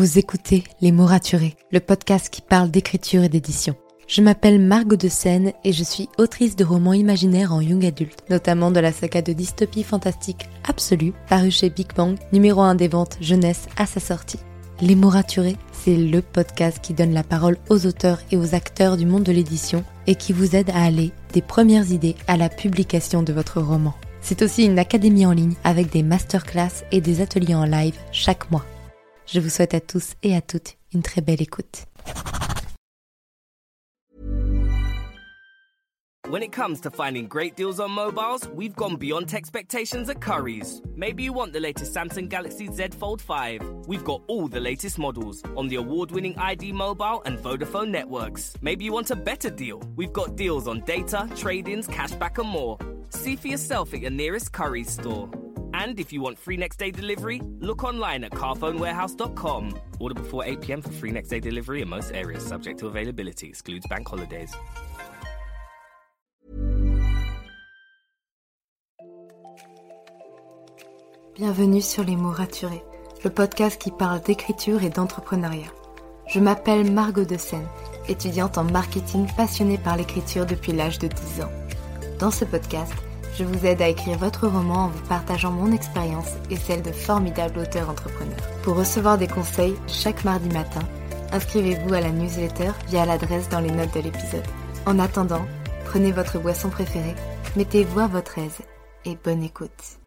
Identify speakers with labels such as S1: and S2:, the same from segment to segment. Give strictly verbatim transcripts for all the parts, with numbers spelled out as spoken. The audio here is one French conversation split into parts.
S1: Vous écoutez Les Mots Raturés, le podcast qui parle d'écriture et d'édition. Je m'appelle Margot de Seine et je suis autrice de romans imaginaires en young adulte, notamment de la saga de dystopie fantastique Absolue, parue chez Big Bang, numéro un des ventes jeunesse à sa sortie. Les Mots Raturés, c'est le podcast qui donne la parole aux auteurs et aux acteurs du monde de l'édition et qui vous aide à aller des premières idées à la publication de votre roman. C'est aussi une académie en ligne avec des masterclass et des ateliers en live chaque mois. Je vous souhaite à tous et à toutes une très belle écoute.
S2: When it comes to finding great deals on mobiles, we've gone beyond expectations at Currys. Maybe you want the latest Samsung Galaxy Z Fold five. We've got all the latest models on the award-winning I D Mobile and Vodafone networks. Maybe you want a better deal. We've got deals on data, trade-ins, cashback and more. See for yourself at your nearest Currys store. And if you want free next day delivery, look online at carphone warehouse dot com. Order before eight p.m. for free next day delivery in most areas, subject to availability, excludes bank holidays.
S1: Bienvenue sur Les Mots Raturés, le podcast qui parle d'écriture et d'entrepreneuriat. Je m'appelle Margot de Seine, étudiante en marketing passionnée par l'écriture depuis l'âge de dix ans. Dans ce podcast, je vous aide à écrire votre roman en vous partageant mon expérience et celle de formidables auteurs entrepreneurs. Pour recevoir des conseils chaque mardi matin, inscrivez-vous à la newsletter via l'adresse dans les notes de l'épisode. En attendant, prenez votre boisson préférée, mettez-vous à votre aise et bonne écoute.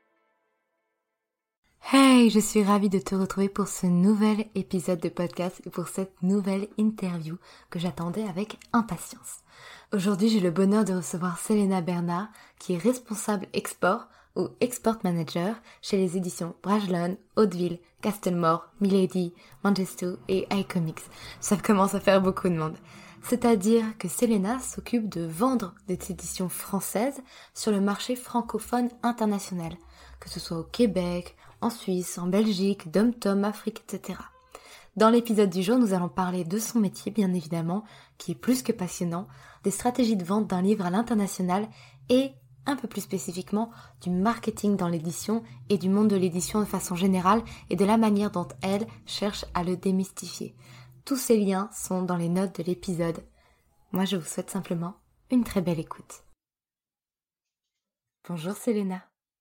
S1: Hey, je suis ravie de te retrouver pour ce nouvel épisode de podcast et pour cette nouvelle interview que j'attendais avec impatience. Aujourd'hui, j'ai le bonheur de recevoir Selena Bernard, qui est responsable export ou export manager chez les éditions Brajlon, Hauteville, Castelmore, Milady, Mangesto et iComics. Ça commence à faire beaucoup de monde. C'est-à-dire que Selena s'occupe de vendre des éditions françaises sur le marché francophone international, que ce soit au Québec, en Suisse, en Belgique, Dom-Tom, Afrique, et cetera. Dans l'épisode du jour, nous allons parler de son métier, bien évidemment, qui est plus que passionnant, des stratégies de vente d'un livre à l'international et, un peu plus spécifiquement, du marketing dans l'édition et du monde de l'édition de façon générale et de la manière dont elle cherche à le démystifier. Tous ces liens sont dans les notes de l'épisode. Moi, je vous souhaite simplement une très belle écoute. Bonjour Selena.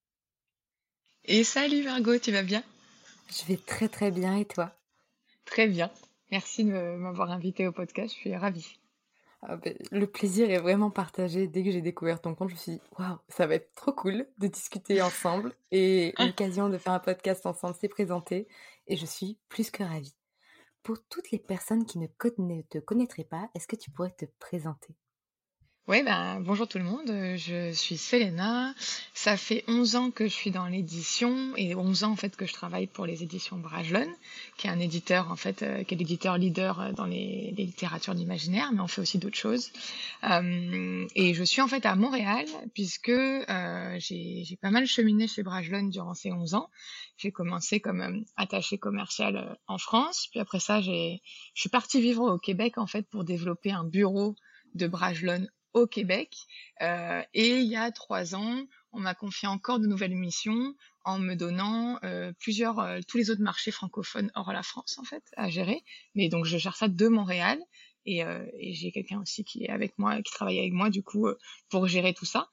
S3: Et salut Margot, tu vas bien?
S1: Je vais très très bien et toi?
S3: Très bien. Merci de m'avoir invitée au podcast, je suis ravie.
S1: Ah ben, le plaisir est vraiment partagé. Dès que j'ai découvert ton compte, je me suis dit waouh, ça va être trop cool de discuter ensemble et l'occasion de faire un podcast ensemble s'est présentée et je suis plus que ravie. Pour toutes les personnes qui ne conna- te connaîtraient pas, est-ce que tu pourrais te présenter?
S3: Ouais, ben, bonjour tout le monde, euh, je suis Selena. Ça fait onze ans que je suis dans l'édition et onze ans en fait que je travaille pour les éditions Brajlon, qui est un éditeur en fait, euh, qui est l'éditeur leader euh, dans les, les littératures d'imaginaire, mais on fait aussi d'autres choses. Euh, et je suis en fait à Montréal puisque euh, j'ai, j'ai pas mal cheminé chez Brajlon durant ces onze ans. J'ai commencé comme euh, attachée commerciale euh, en France, puis après ça, j'ai, je suis partie vivre au Québec en fait pour développer un bureau de Brajlon au Québec. Euh, et il y a trois ans, on m'a confié encore de nouvelles missions en me donnant euh, plusieurs, euh, tous les autres marchés francophones hors la France en fait à gérer. Mais donc je gère ça de Montréal et, euh, et j'ai quelqu'un aussi qui est avec moi, qui travaille avec moi du coup euh, pour gérer tout ça.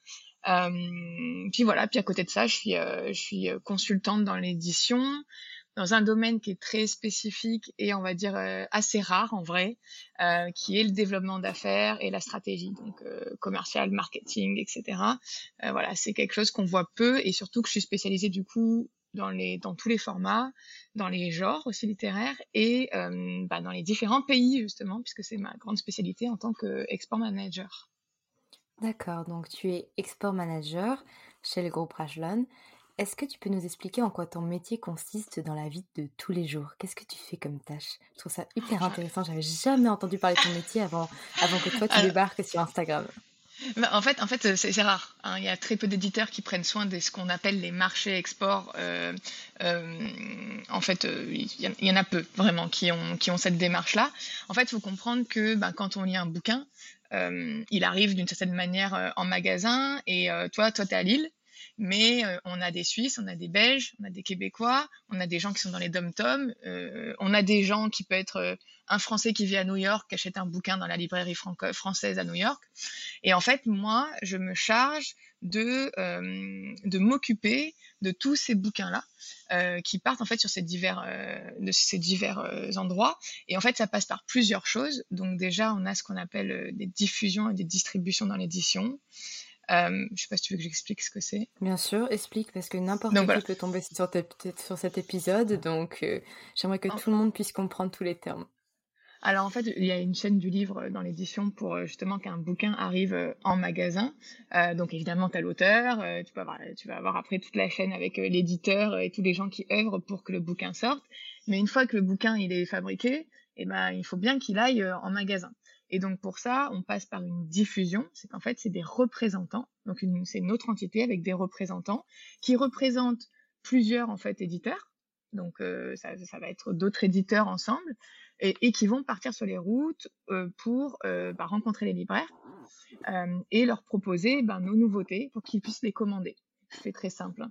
S3: Euh, puis voilà, puis à côté de ça, je suis, euh, je suis consultante dans l'édition, dans un domaine qui est très spécifique et on va dire euh, assez rare en vrai, euh, qui est le développement d'affaires et la stratégie, donc euh, commercial, marketing, et cetera. Euh, voilà, c'est quelque chose qu'on voit peu et surtout que je suis spécialisée du coup dans les dans tous les formats, dans les genres aussi littéraires et euh, bah, dans les différents pays justement, puisque c'est ma grande spécialité en tant qu'export manager.
S1: D'accord, donc tu es export manager chez le groupe Brajlon. Est-ce que tu peux nous expliquer en quoi ton métier consiste dans la vie de tous les jours? Qu'est-ce que tu fais comme tâche? Je trouve ça hyper intéressant. J'avais jamais entendu parler de ton métier avant, avant que toi tu
S3: Alors,
S1: débarques sur Instagram.
S3: bah, en fait, en fait, c'est, c'est rare, hein. Il y a très peu d'éditeurs qui prennent soin de ce qu'on appelle les marchés export. Euh, euh, en fait, euh, il y, en- il y en a peu vraiment qui ont qui ont cette démarche-là. En fait, il faut comprendre que ben, quand on lit un bouquin, euh, il arrive d'une certaine manière euh, en magasin et euh, toi, toi, t'es à Lille mais euh, on a des Suisses, on a des Belges, on a des Québécois, on a des gens qui sont dans les dom-toms, euh, on a des gens qui peut être euh, un Français qui vit à New York, qui achète un bouquin dans la librairie franco- française à New York. Et en fait, moi, je me charge de, euh, de m'occuper de tous ces bouquins-là euh, qui partent en fait sur ces divers, euh, de ces divers euh, endroits. Et en fait, ça passe par plusieurs choses. Donc déjà, on a ce qu'on appelle euh, des diffusions et des distributions dans l'édition. Euh, je sais pas si tu veux que j'explique ce que c'est.
S1: Bien sûr, explique, parce que n'importe
S3: Donc
S1: qui
S3: voilà.
S1: peut tomber sur, te- sur cet épisode, donc euh, j'aimerais que
S3: En-
S1: tout le monde puisse comprendre tous les termes.
S3: Alors en fait, il y a une chaîne du livre dans l'édition pour euh, justement qu'un bouquin arrive euh, en magasin. Euh, donc évidemment, tu as l'auteur, euh, tu, peux avoir, tu vas avoir après toute la chaîne avec euh, l'éditeur et tous les gens qui œuvrent pour que le bouquin sorte. Mais une fois que le bouquin il est fabriqué, eh ben, il faut bien qu'il aille euh, en magasin. Et donc pour ça, on passe par une diffusion. C'est qu'en fait, c'est des représentants. Donc une, c'est une autre entité avec des représentants qui représentent plusieurs en fait éditeurs. Donc euh, ça, ça va être d'autres éditeurs ensemble. Et, et qui vont partir sur les routes euh, pour euh, bah, rencontrer les libraires euh, et leur proposer bah, nos nouveautés pour qu'ils puissent les commander. C'est très simple.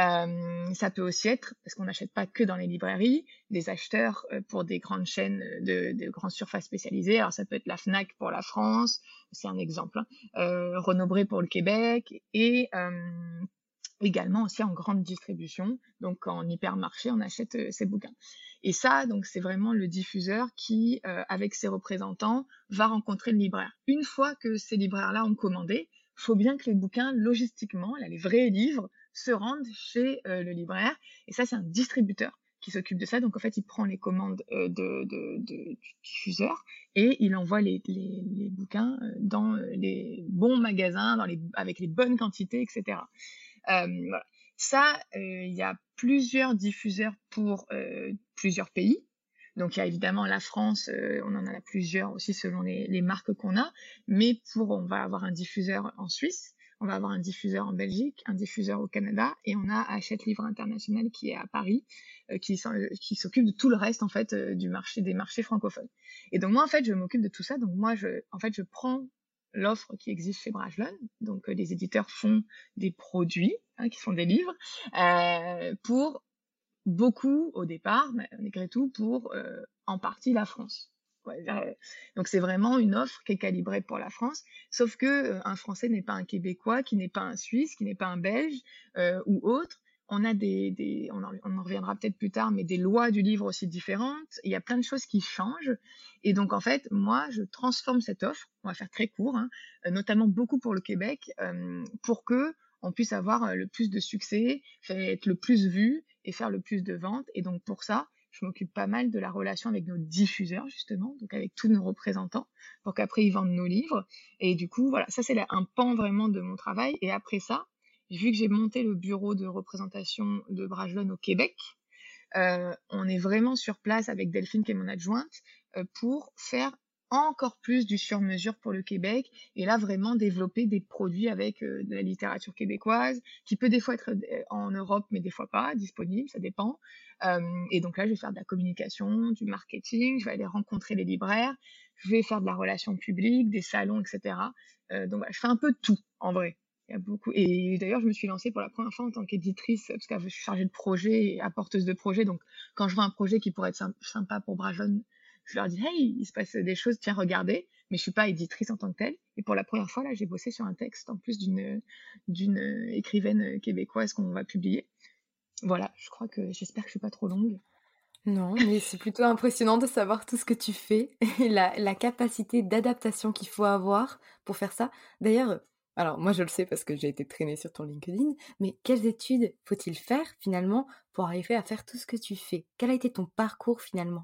S3: Euh, ça peut aussi être, parce qu'on n'achète pas que dans les librairies, des acheteurs euh, pour des grandes chaînes de, de grandes surfaces spécialisées. Alors ça peut être la Fnac pour la France, c'est un exemple, hein. euh, Renaud-Bré pour le Québec, et euh, également aussi en grande distribution. Donc en hypermarché, on achète euh, ces bouquins. Et ça, donc c'est vraiment le diffuseur qui, euh, avec ses représentants, va rencontrer le libraire. Une fois que ces libraires-là ont commandé, il faut bien que les bouquins, logistiquement, là, les vrais livres, se rendent chez euh, le libraire. Et ça, c'est un distributeur qui s'occupe de ça. Donc, en fait, il prend les commandes euh, de, de, de, du diffuseur et il envoie les, les, les bouquins dans les bons magasins, dans les, avec les bonnes quantités, et cetera. Euh, voilà. Ça, il euh, y a plusieurs diffuseurs pour euh, plusieurs pays. Donc, il y a évidemment la France, euh, on en a plusieurs aussi selon les, les marques qu'on a. Mais pour, on va avoir un diffuseur en Suisse, on va avoir un diffuseur en Belgique, un diffuseur au Canada, et on a Hachette Livre International qui est à Paris, euh, qui, qui s'occupe de tout le reste en fait euh, du marché des marchés francophones. Et donc moi en fait, je m'occupe de tout ça. Donc moi, je, en fait, je prends l'offre qui existe chez Brajlon. Donc euh, les éditeurs font des produits, hein, qui sont des livres, euh, pour beaucoup au départ, mais malgré tout pour euh, en partie la France. Ouais, euh, donc c'est vraiment une offre qui est calibrée pour la France, sauf que euh, un Français n'est pas un Québécois, qui n'est pas un Suisse, qui n'est pas un Belge euh, ou autre. On a des, des on, en, on en reviendra peut-être plus tard, mais des lois du livre aussi différentes. Il y a plein de choses qui changent. Et donc en fait, moi, je transforme cette offre. On va faire très court, hein, notamment beaucoup pour le Québec, euh, pour que on puisse avoir le plus de succès, être le plus vu et faire le plus de ventes. Et donc pour ça, je m'occupe pas mal de la relation avec nos diffuseurs, justement, donc avec tous nos représentants, pour qu'après ils vendent nos livres. Et du coup, voilà, ça c'est un pan vraiment de mon travail. Et après ça, vu que j'ai monté le bureau de représentation de Brajlon au Québec, euh, on est vraiment sur place avec Delphine, qui est mon adjointe, euh, pour faire encore plus du sur-mesure pour le Québec, et là vraiment développer des produits avec euh, de la littérature québécoise, qui peut des fois être euh, en Europe, mais des fois pas, disponible, ça dépend. Euh, et donc là, je vais faire de la communication, du marketing, je vais aller rencontrer les libraires, je vais faire de la relation publique, des salons, et cetera. Euh, donc voilà, je fais un peu de tout, en vrai. Il y a beaucoup. Et d'ailleurs, je me suis lancée pour la première fois en tant qu'éditrice, parce que je suis chargée de projet et apporteuse de projet. Donc, quand je vois un projet qui pourrait être sympa pour Brajlon, je leur dis, hey, il se passe des choses, tiens, regardez. Mais je suis pas éditrice en tant que telle. Et pour la première fois, là, j'ai bossé sur un texte, en plus d'une, d'une écrivaine québécoise qu'on va publier. Voilà, je crois que, j'espère que je suis pas trop longue.
S1: Non, mais c'est plutôt impressionnant de savoir tout ce que tu fais et la, la capacité d'adaptation qu'il faut avoir pour faire ça. D'ailleurs, alors moi je le sais parce que j'ai été traînée sur ton LinkedIn, mais quelles études faut-il faire finalement pour arriver à faire tout ce que tu fais? Quel a été ton parcours finalement?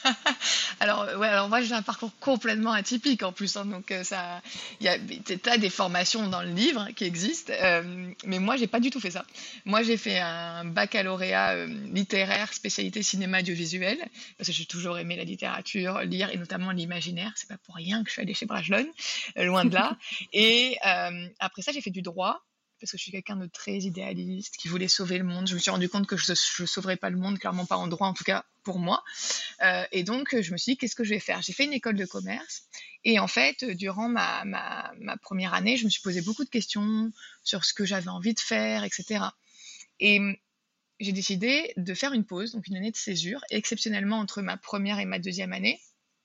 S3: Alors ouais, alors moi j'ai un parcours complètement atypique en plus, hein, donc euh, ça, il y a t'as des formations dans le livre qui existent, euh, mais moi j'ai pas du tout fait ça. Moi j'ai fait un baccalauréat euh, littéraire spécialité cinéma audiovisuel parce que j'ai toujours aimé la littérature, lire et notamment l'imaginaire. C'est pas pour rien que je suis allée chez Brajlon, euh, loin de là. Et euh, après ça j'ai fait du droit, parce que je suis quelqu'un de très idéaliste, qui voulait sauver le monde. Je me suis rendu compte que je ne sauverais pas le monde, clairement pas en droit, en tout cas pour moi. Euh, et donc, je me suis dit, qu'est-ce que je vais faire? J'ai fait une école de commerce. Et en fait, durant ma, ma, ma première année, je me suis posé beaucoup de questions sur ce que j'avais envie de faire, et cetera. Et j'ai décidé de faire une pause, donc une année de césure, exceptionnellement entre ma première et ma deuxième année.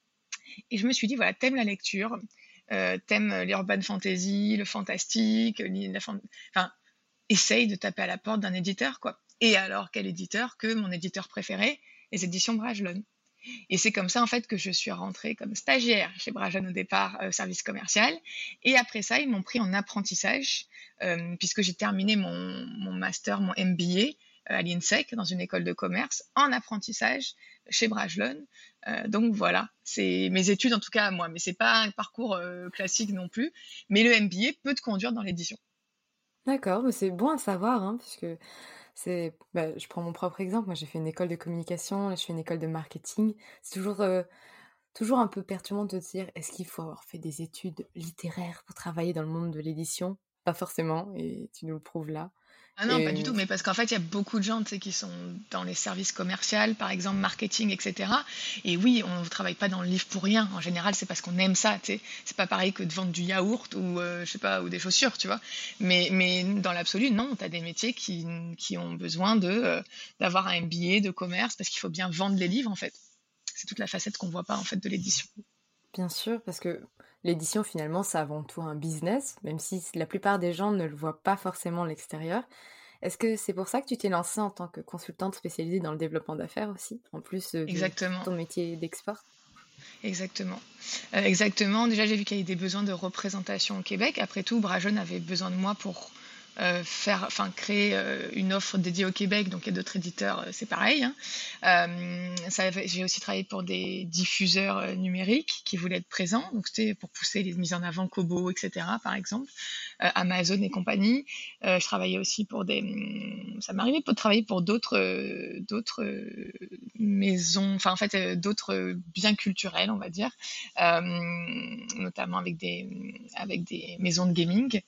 S3: Et je me suis dit, voilà, t'aimes la lecture, euh, t'aimes l'urban fantasy, le fantastique, la fan... enfin, essaye de taper à la porte d'un éditeur, quoi. Et alors, quel éditeur que mon éditeur préféré, les éditions Brajlon. Et c'est comme ça, en fait, que je suis rentrée comme stagiaire chez Brajlon au départ, euh, service commercial. Et après ça, ils m'ont pris en apprentissage, euh, puisque j'ai terminé mon, mon master, mon M B A, à l'INSEC, dans une école de commerce, en apprentissage chez Brajlon. Euh, donc voilà, c'est mes études en tout cas à moi, mais c'est pas un parcours euh, classique non plus. Mais le M B A peut te conduire dans l'édition.
S1: D'accord, mais c'est bon à savoir, hein, puisque c'est, bah, je prends mon propre exemple. Moi, j'ai fait une école de communication, là, je fais une école de marketing. C'est toujours, euh, toujours un peu perturbant de te dire, est-ce qu'il faut avoir fait des études littéraires pour travailler dans le monde de l'édition? Pas forcément, et tu nous le prouves là.
S3: Ah non, pas du
S1: Et
S3: tout, mais parce qu'en fait, il y a beaucoup de gens, tu sais, qui sont dans les services commerciaux, par exemple, marketing, et cetera. Et oui, on ne travaille pas dans le livre pour rien. En général, c'est parce qu'on aime ça, tu sais. C'est pas pareil que de vendre du yaourt ou, euh, je sais pas, ou des chaussures, tu vois. Mais, mais dans l'absolu, non, tu as des métiers qui, qui ont besoin de, euh, d'avoir un M B A de commerce parce qu'il faut bien vendre les livres, en fait. C'est toute la facette qu'on voit pas, en fait, de l'édition.
S1: bien sûr, parce que l'édition, finalement, c'est avant tout un business, même si la plupart des gens ne le voient pas forcément à l'extérieur. Est-ce que c'est pour ça que tu t'es lancée en tant que consultante spécialisée dans le développement d'affaires aussi, en plus de
S3: Exactement.
S1: ton métier d'export?
S3: Exactement. Euh, exactement. Déjà, j'ai vu qu'il y avait des besoins de représentation au Québec. Après tout, Brajlon avait besoin de moi pour euh, faire, enfin, créer euh, une offre dédiée au Québec. Donc, il y a d'autres éditeurs, euh, c'est pareil. Hein. Euh, ça, j'ai aussi travaillé pour des diffuseurs euh, numériques qui voulaient être présents. Donc, c'était pour pousser les mises en avant Kobo, et cetera, par exemple, euh, Amazon et compagnie. Euh, je travaillais aussi pour des... Ça m'arrivait de travailler pour d'autres euh, d'autres euh, maisons, enfin, en fait, euh, d'autres biens culturels, on va dire, euh, notamment avec des, avec des maisons de gaming.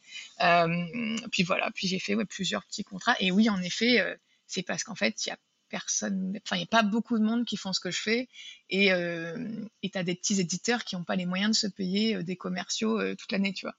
S3: Euh, puis voilà, puis j'ai fait ouais, plusieurs petits contrats. Et oui, en effet, euh, c'est parce qu'en fait, il y a personne, enfin, il n'y a pas beaucoup de monde qui font ce que je fais. Et euh, tu as des petits éditeurs qui n'ont pas les moyens de se payer euh, des commerciaux euh, toute l'année, tu vois.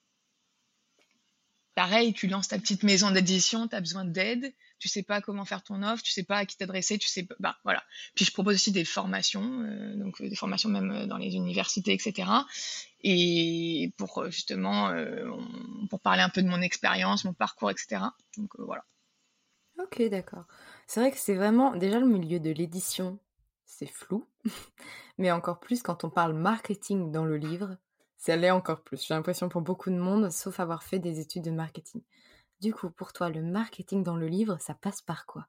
S3: Pareil, tu lances ta petite maison d'édition, tu as besoin d'aide, tu sais pas comment faire ton offre, tu sais pas à qui t'adresser, tu sais pas, bah voilà. Puis je propose aussi des formations, euh, donc euh, des formations même dans les universités, et cetera. Et pour euh, justement, euh, on- pour parler un peu de mon expérience, mon parcours, et cetera. Donc euh, voilà.
S1: Ok, d'accord. C'est vrai que c'est vraiment, déjà le milieu de l'édition, c'est flou, mais encore plus quand on parle marketing dans le livre, ça l'est encore plus. J'ai l'impression pour beaucoup de monde, sauf avoir fait des études de marketing. Du coup, pour toi, le marketing dans le livre, ça passe par quoi?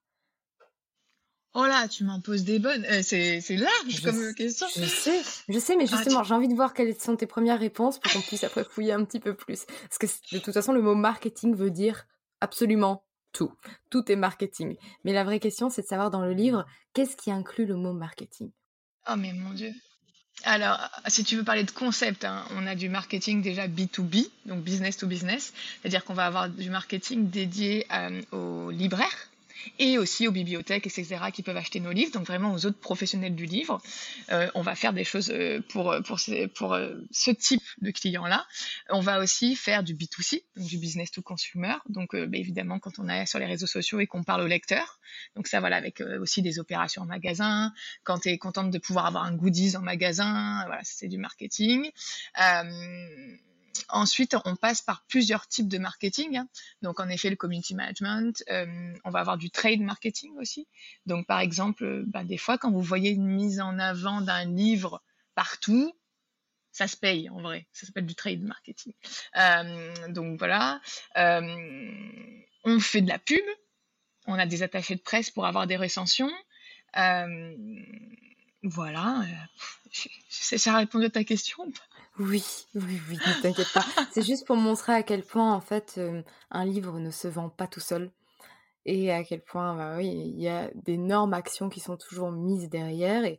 S3: Oh là, tu m'en poses des bonnes. Euh, c'est c'est large
S1: Je,
S3: comme euh,
S1: s-
S3: question.
S1: je sais, je sais, mais
S3: Ah, tu-
S1: justement, j'ai envie de voir quelles sont tes premières réponses pour qu'on puisse après fouiller un petit peu plus. Parce que c- de toute façon, le mot marketing veut dire absolument tout. Tout est marketing. Mais la vraie question, c'est de savoir dans le livre, qu'est-ce qui inclut le mot marketing?
S3: Oh mais mon Dieu. Alors, si tu veux parler de concept, hein, on a du marketing déjà B to B, donc business to business, c'est-à-dire qu'on va avoir du marketing dédié euh, aux libraires et aussi aux bibliothèques, et cetera, qui peuvent acheter nos livres, donc vraiment aux autres professionnels du livre. Euh, on va faire des choses euh, pour, pour, ces, pour euh, ce type de clients-là. On va aussi faire du B to C, donc du business to consumer, donc euh, bah, évidemment quand on est sur les réseaux sociaux et qu'on parle aux lecteurs, donc ça voilà, avec euh, aussi des opérations en magasin, quand tu es contente de pouvoir avoir un goodies en magasin, voilà, c'est du marketing. Euh, Ensuite, on passe par plusieurs types de marketing. Hein. Donc, en effet, le community management, euh, on va avoir du trade marketing aussi. Donc, par exemple, bah, des fois, quand vous voyez une mise en avant d'un livre partout, ça se paye en vrai. Ça s'appelle du trade marketing. Euh, donc, voilà. Euh, on fait de la pub. On a des attachés de presse pour avoir des recensions. Euh, voilà. Euh, ça, ça répond à ta question?
S1: Oui, oui, oui, ne t'inquiète pas. C'est juste pour montrer à quel point, en fait, euh, un livre ne se vend pas tout seul. Et à quel point, bah oui, il y a d'énormes actions qui sont toujours mises derrière. Et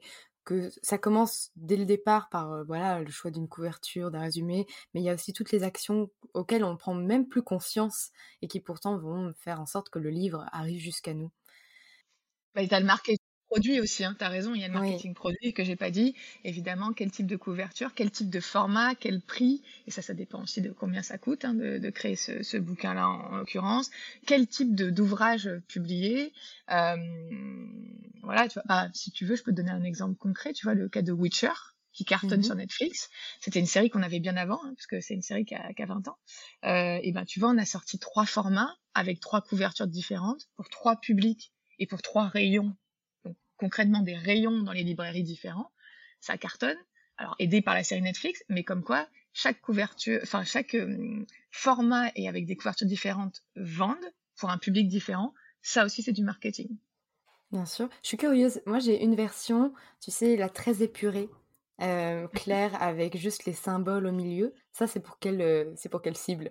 S1: que ça commence dès le départ par euh, voilà le choix d'une couverture, d'un résumé, mais il y a aussi toutes les actions auxquelles on prend même plus conscience et qui pourtant vont faire en sorte que le livre arrive jusqu'à nous.
S3: Bah, et tu as le marketing produit aussi, hein, tu as raison, il y a le
S1: Oui,
S3: marketing produit que j'ai pas dit. Évidemment, quel type de couverture, quel type de format, quel prix, et ça, ça dépend aussi de combien ça coûte hein, de, de créer ce, ce bouquin-là en, en l'occurrence. Quel type de d'ouvrage publié. Euh, voilà, tu vois, bah, si tu veux, je peux te donner un exemple concret. Tu vois, le cas de Witcher, qui cartonne
S1: mhm,
S3: sur Netflix. C'était une série qu'on avait bien avant, hein, parce que c'est une série qui a, qui a vingt ans. Euh, et ben, tu vois, on a sorti trois formats avec trois couvertures différentes pour trois publics et pour trois rayons, donc concrètement des rayons dans les librairies différents, ça cartonne. Alors aidé par la série Netflix, mais comme quoi chaque couverture, enfin chaque euh, format et avec des couvertures différentes vendent pour un public différent. Ça aussi c'est du marketing.
S1: bien sûr. Je suis curieuse. Moi, j'ai une version, tu sais, la très épurée, euh, claire, avec juste les symboles au milieu. Ça, c'est pour quelle, euh, c'est pour quelle cible?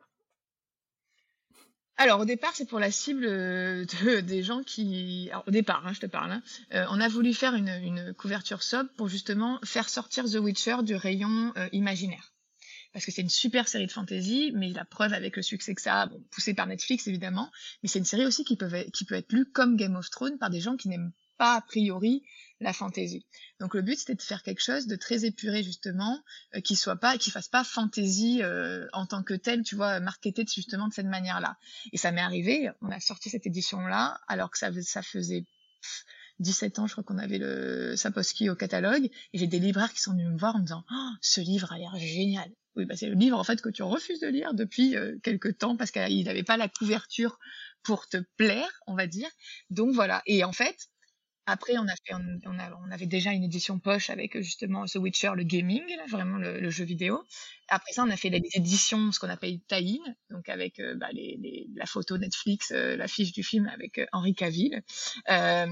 S3: Alors au départ c'est pour la cible euh, de, des gens qui, alors au départ hein, je te parle, hein, euh, on a voulu faire une, une couverture sobre pour justement faire sortir The Witcher du rayon euh, imaginaire. Parce que c'est une super série de fantasy, mais la preuve avec le succès que ça a, bon, poussé par Netflix évidemment, mais c'est une série aussi qui peut, qui peut être lue comme Game of Thrones par des gens qui n'aiment pas a priori la fantasy. Donc le but c'était de faire quelque chose de très épuré justement, euh, qui soit pas, qui fasse pas fantasy euh, en tant que tel, tu vois, marketé justement de cette manière-là. Et ça m'est arrivé, on a sorti cette édition-là alors que ça, ça faisait dix-sept ans, je crois qu'on avait le Sapolsky au catalogue, et j'ai des libraires qui sont venus me voir en me disant oh, ce livre a l'air génial. Oui, bah c'est le livre en fait que tu refuses de lire depuis euh, quelque temps parce qu'il n'avait pas la couverture pour te plaire, on va dire. Donc voilà. Et en fait, après, on a fait, on, on, a, on avait déjà une édition poche avec justement The Witcher, le gaming, là, vraiment le, le jeu vidéo. Après ça, on a fait les éditions, ce qu'on appelle tie-in, donc avec euh, bah, les, les, la photo Netflix, euh, l'affiche du film avec euh, Henri Cavill. Euh,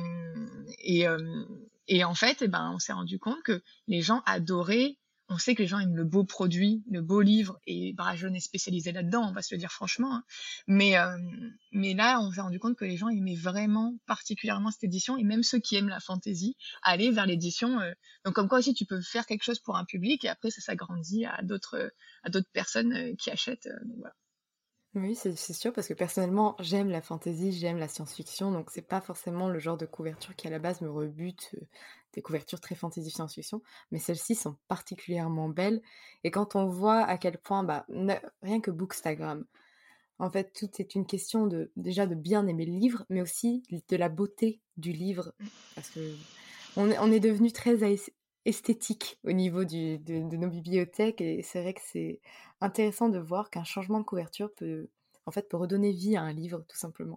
S3: et, euh, et en fait, eh ben, on s'est rendu compte que les gens adoraient. On sait que les gens aiment le beau produit, le beau livre, et Brajlon est spécialisé là-dedans, on va se le dire franchement. Hein. Mais, euh, mais là, on s'est rendu compte que les gens aimaient vraiment particulièrement cette édition, et même ceux qui aiment la fantasy, aller vers l'édition. Euh, donc comme quoi aussi, tu peux faire quelque chose pour un public, et après ça s'agrandit à d'autres à d'autres personnes euh, qui achètent. Euh, donc voilà.
S1: Oui, c'est c'est sûr, parce que personnellement, j'aime la fantasy, j'aime la science-fiction, donc c'est pas forcément le genre de couverture qui à la base me rebute, euh, des couvertures très fantasy science-fiction, mais celles-ci sont particulièrement belles. Et quand on voit à quel point, bah, ne- rien que Bookstagram, en fait, tout est une question de déjà de bien aimer le livre, mais aussi de la beauté du livre, parce que on est, on est devenu très aes- esthétique au niveau du, de, de nos bibliothèques, et c'est vrai que c'est intéressant de voir qu'un changement de couverture peut, en fait, peut redonner vie à un livre, tout simplement.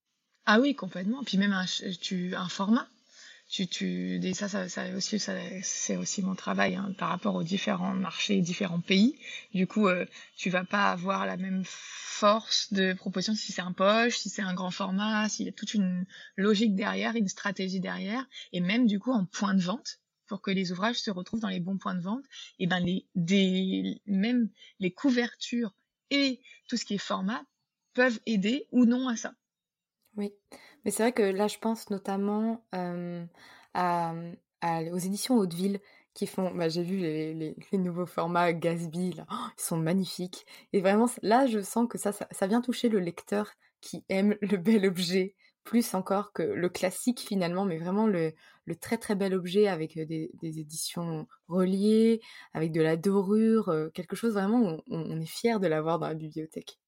S3: Ah oui, complètement. Puis même un, tu, un format. Tu, tu, et ça, ça, ça aussi, ça, c'est aussi mon travail hein, par rapport aux différents marchés, différents pays. Du coup, euh, tu vas pas avoir la même force de proposition si c'est un poche, si c'est un grand format, s'il y a toute une logique derrière, une stratégie derrière, et même du coup en point de vente pour que les ouvrages se retrouvent dans les bons points de vente. Et ben les, des, même les couvertures et tout ce qui est format peuvent aider ou non à ça.
S1: Oui, mais c'est vrai que là, je pense notamment euh, à, à- aux éditions Hauteville qui font. Bah, j'ai vu les, les- les nouveaux formats Gatsby, là. Oh, ils sont magnifiques. Et vraiment, c- là, je sens que ça, ça, ça vient toucher le lecteur qui aime le bel objet, plus encore que le classique finalement, mais vraiment le, le très très bel objet avec euh, des, des éditions reliées, avec de la dorure, euh, quelque chose vraiment où on, on est fier de l'avoir dans la bibliothèque.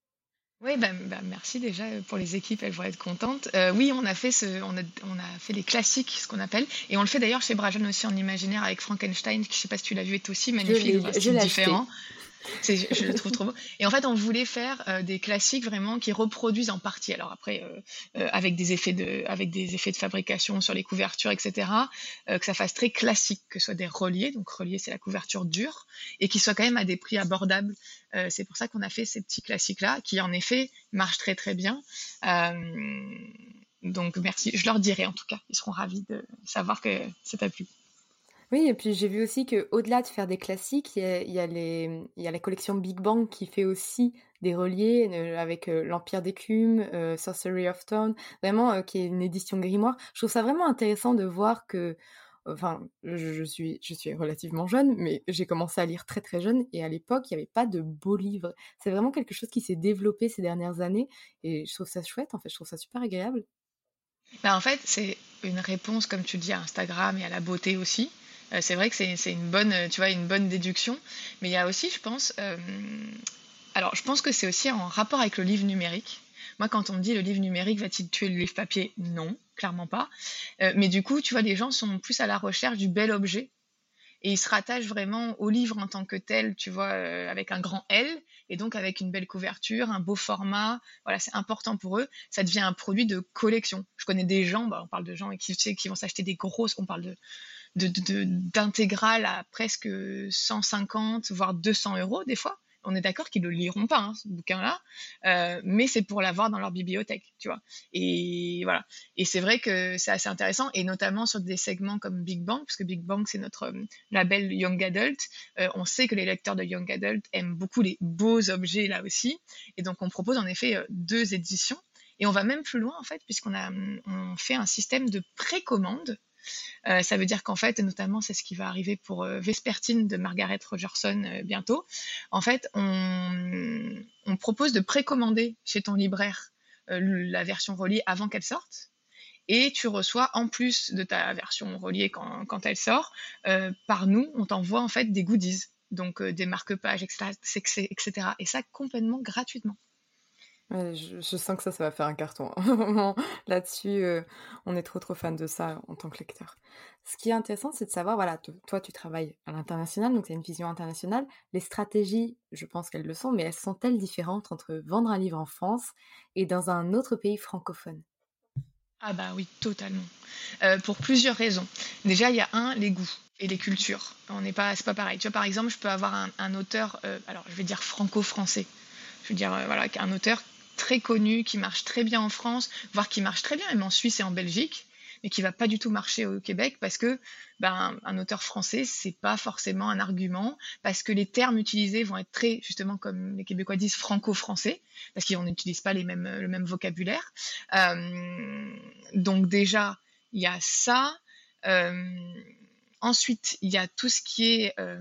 S3: Oui, bah, bah, merci déjà euh, pour les équipes, elles vont être contentes. Euh, oui, on a fait ce, on a, on a fait les classiques, ce qu'on appelle, et on le fait d'ailleurs chez Bragelonne aussi en imaginaire avec Frankenstein, qui je sais pas si tu l'as vu, est aussi
S1: Je
S3: magnifique
S1: l'ai,
S3: dans un
S1: je
S3: style
S1: l'ai acheté.
S3: différent. C'est, je le trouve trop beau. Et en fait, on voulait faire euh, des classiques vraiment qui reproduisent en partie. Alors après, euh, euh, avec des effets de, avec des effets de fabrication sur les couvertures, et cetera. Euh, que ça fasse très classique, que ce soit des reliés. Donc reliés, c'est la couverture dure, et qui soit quand même à des prix abordables. Euh, c'est pour ça qu'on a fait ces petits classiques-là, qui en effet marchent très très bien. Euh, donc merci. Je leur dirai en tout cas. Ils seront ravis de savoir que ça t'a plu.
S1: Oui, et puis j'ai vu aussi que au-delà de faire des classiques, il y a, il y a les, il y a la collection Big Bang qui fait aussi des reliés euh, avec euh, l'Empire d'écume, euh, Sorcery of Thorn, vraiment euh, qui est une édition grimoire. Je trouve ça vraiment intéressant de voir que enfin, je, je suis, je suis relativement jeune, mais j'ai commencé à lire très très jeune et à l'époque, il n'y avait pas de beaux livres. C'est vraiment quelque chose qui s'est développé ces dernières années et je trouve ça chouette, en fait, je trouve ça super agréable.
S3: Bah, en fait, c'est une réponse, comme tu dis, à Instagram et à la beauté aussi. Euh, c'est vrai que c'est c'est une bonne, euh, tu vois, une bonne déduction. Mais il y a aussi, je pense, euh, alors je pense que c'est aussi en rapport avec le livre numérique. Moi, quand on me dit le livre numérique va-t-il tuer le livre papier? Non, clairement pas. Euh, mais du coup, tu vois, les gens sont plus à la recherche du bel objet et ils se rattachent vraiment au livre en tant que tel, tu vois, euh, avec un grand L, et donc avec une belle couverture, un beau format. Voilà, c'est important pour eux. Ça devient un produit de collection. Je connais des gens, bah, on parle de gens qui, tu sais, qui vont s'acheter des grosses, on parle de, de, de, de- d'intégrales à presque cent cinquante, voire deux cents euros des fois. On est d'accord qu'ils ne le liront pas, hein, ce bouquin-là, euh, mais c'est pour l'avoir dans leur bibliothèque, tu vois. Et voilà. Et c'est vrai que c'est assez intéressant, et notamment sur des segments comme Big Bang, parce que Big Bang, c'est notre euh, label Young Adult. Euh, on sait que les lecteurs de Young Adult aiment beaucoup les beaux objets là aussi. Et donc, on propose en effet euh, deux éditions. Et on va même plus loin, en fait, puisqu'on a, on fait un système de précommande. Euh, ça veut dire qu'en fait, notamment, c'est ce qui va arriver pour euh, Vespertine de Margaret Rogerson euh, bientôt. En fait, on, on propose de précommander chez ton libraire euh, la version reliée avant qu'elle sorte. Et tu reçois, en plus de ta version reliée quand, quand elle sort, euh, par nous, on t'envoie en fait des goodies. Donc euh, des marque-pages, et cetera, et cetera. Et ça complètement gratuitement.
S1: Ouais, je, je sens que ça, ça va faire un carton. Vraiment, là-dessus, euh, on est trop trop fan de ça en tant que lecteur. Ce qui est intéressant, c'est de savoir, voilà, to- toi tu travailles à l'international, donc tu as une vision internationale. Les stratégies, je pense qu'elles le sont, mais elles sont-elles différentes entre vendre un livre en France et dans un autre pays francophone?
S3: Ah bah oui, totalement. Euh, pour plusieurs raisons. Déjà, il y a un, les goûts et les cultures. On n'est pas, c'est pas pareil. Tu vois, par exemple, je peux avoir un, un auteur, euh, alors je vais dire franco-français. Je veux dire, euh, voilà, un auteur très connu, qui marche très bien en France, voire qui marche très bien même en Suisse et en Belgique, mais qui va pas du tout marcher au Québec parce que ben, un auteur français, c'est pas forcément un argument, parce que les termes utilisés vont être très, justement, comme les Québécois disent, franco-français, parce qu'on n'utilise pas les mêmes, le même vocabulaire. Euh, donc déjà, il y a ça. Euh, ensuite, il y a tout ce qui est euh,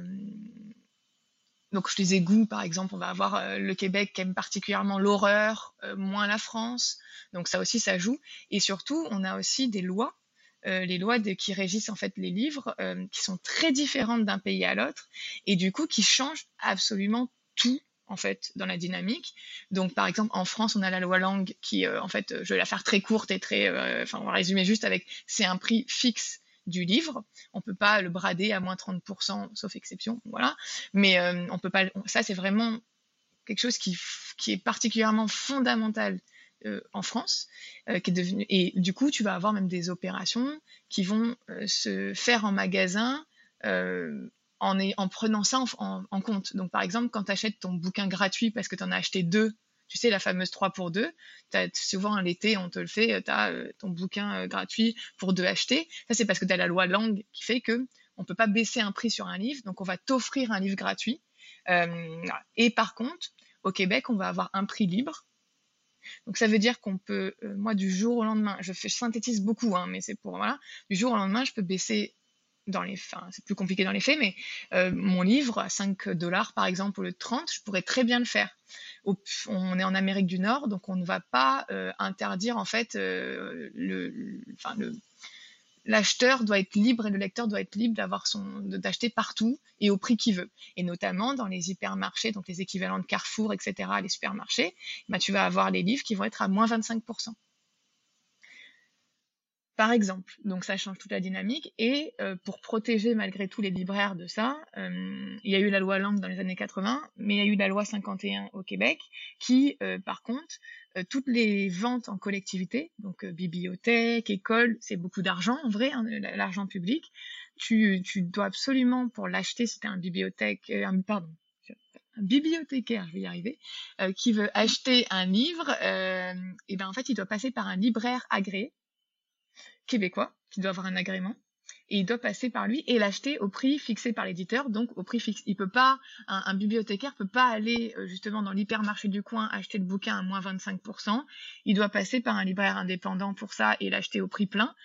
S3: donc, je disais goût, par exemple, on va avoir euh, le Québec qui aime particulièrement l'horreur, euh, moins la France. Donc, ça aussi, ça joue. Et surtout, on a aussi des lois, euh, les lois de, qui régissent en fait les livres, euh, qui sont très différentes d'un pays à l'autre, et du coup, qui changent absolument tout en fait dans la dynamique. Donc, par exemple, en France, on a la loi langue qui, euh, en fait, je vais la faire très courte et très, euh, enfin, on va résumer juste avec, c'est un prix fixe du livre. On peut pas le brader à moins trente pour cent, sauf exception, voilà. Mais euh, on peut pas. Ça, c'est vraiment quelque chose qui, qui est particulièrement fondamental euh, en France, euh, qui est devenu. Et du coup, tu vas avoir même des opérations qui vont euh, se faire en magasin. Euh, en, en prenant ça en, en, en compte. Donc, par exemple, quand tu achètes ton bouquin gratuit parce que tu en as acheté deux, tu sais, la fameuse trois pour deux, t'as, souvent l'été, on te le fait, tu as euh, ton bouquin euh, gratuit pour deux achetés. Ça, c'est parce que tu as la loi langue qui fait que on peut pas baisser un prix sur un livre, donc on va t'offrir un livre gratuit. Euh, et par contre, au Québec, on va avoir un prix libre. Donc ça veut dire qu'on peut, euh, moi, du jour au lendemain, je, fais, je synthétise beaucoup, hein, mais c'est pour, voilà, du jour au lendemain, je peux baisser dans les, enfin, c'est plus compliqué dans les faits, mais euh, mon livre à cinq dollars par exemple au lieu de trente, je pourrais très bien le faire. Au, on est en Amérique du Nord, donc on ne va pas euh, interdire en fait euh, le, enfin le, l'acheteur doit être libre et le lecteur doit être libre d'avoir son, d'acheter partout et au prix qu'il veut. Et notamment dans les hypermarchés, donc les équivalents de Carrefour, et cetera, les supermarchés, bah, tu vas avoir les livres qui vont être à moins vingt-cinq pour cent. Par exemple, donc ça change toute la dynamique. Et euh, pour protéger malgré tout les libraires de ça, euh, il y a eu la loi Langue dans les années quatre-vingts, mais il y a eu la loi cinquante et un au Québec qui, euh, par contre, euh, toutes les ventes en collectivité, donc euh, bibliothèque, école, c'est beaucoup d'argent en vrai, hein, l'argent public. Tu, tu dois absolument, pour l'acheter, si tu es un bibliothèque, euh, un, pardon, un bibliothécaire, je vais y arriver, euh, qui veut acheter un livre, euh, et ben en fait, il doit passer par un libraire agréé québécois qui doit avoir un agrément et il doit passer par lui et l'acheter au prix fixé par l'éditeur, donc au prix fixe. Il peut pas, un, un bibliothécaire peut pas aller euh, justement dans l'hypermarché du coin acheter le bouquin à moins vingt-cinq pour cent. Il doit passer par un libraire indépendant pour ça et l'acheter au prix plein.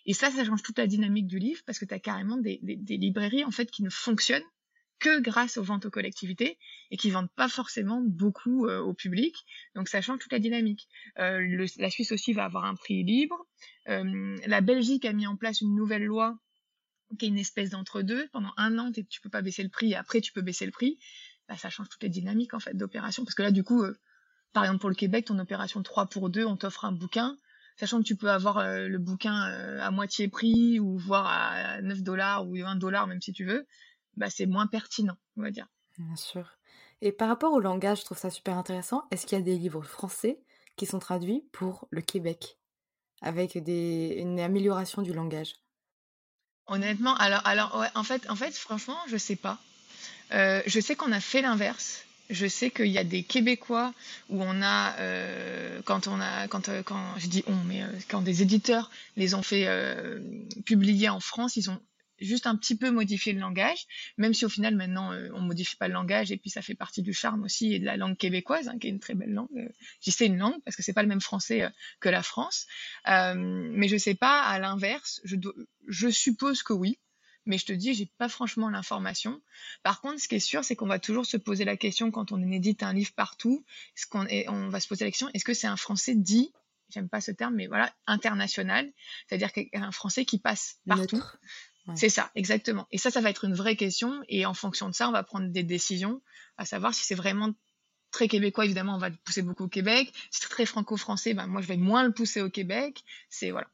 S3: Et ça, ça change toute la dynamique du livre parce que tu as carrément des, des, des librairies en fait qui ne fonctionnent que grâce aux ventes aux collectivités et qui vendent pas forcément beaucoup euh, au public. Donc ça change toute la dynamique. Euh, le, la Suisse aussi va avoir un prix libre. Euh, la Belgique a mis en place une nouvelle loi qui est une espèce d'entre-deux. Pendant un an, tu peux pas baisser le prix et après tu peux baisser le prix. Bah, ça change toutes les dynamiques en fait d'opération. Parce que là, du coup, euh, par exemple pour le Québec, ton opération trois pour deux, on t'offre un bouquin. Sachant que tu peux avoir euh, le bouquin euh, à moitié prix ou voire à neuf dollars ou un dollar même si tu veux, bah, c'est moins pertinent, on va dire.
S1: Bien sûr. Et par rapport au langage, je trouve ça super intéressant. Est-ce qu'il y a des livres français qui sont traduits pour le Québec avec des, une amélioration du langage?
S3: Honnêtement, alors, alors ouais, en fait, en fait, franchement, je sais pas. Euh, je sais qu'on a fait l'inverse. Je sais qu'il y a des Québécois où on a, euh, quand on a, quand, euh, quand, je dis on, mais euh, quand des éditeurs les ont fait euh, publier en France, ils ont juste un petit peu modifié le langage, même si au final maintenant euh, on modifie pas le langage et puis ça fait partie du charme aussi et de la langue québécoise, hein, qui est une très belle langue. Euh, je dis c'est une langue parce que c'est pas le même français euh, que la France, euh, mais je sais pas à l'inverse. Je, do- je suppose que oui. Mais je te dis, j'ai pas franchement l'information. Par contre, ce qui est sûr, c'est qu'on va toujours se poser la question quand on édite un livre partout, est-ce qu'on est, on va se poser la question, est-ce que c'est un français dit, j'aime pas ce terme, mais voilà, international, c'est-à-dire un français qui passe partout.
S1: Neutre. Ouais.
S3: C'est ça, exactement. Et ça, ça va être une vraie question. Et en fonction de ça, on va prendre des décisions, à savoir si c'est vraiment très québécois, évidemment, on va le pousser beaucoup au Québec. Si c'est très franco-français, ben moi, je vais moins le pousser au Québec. C'est voilà.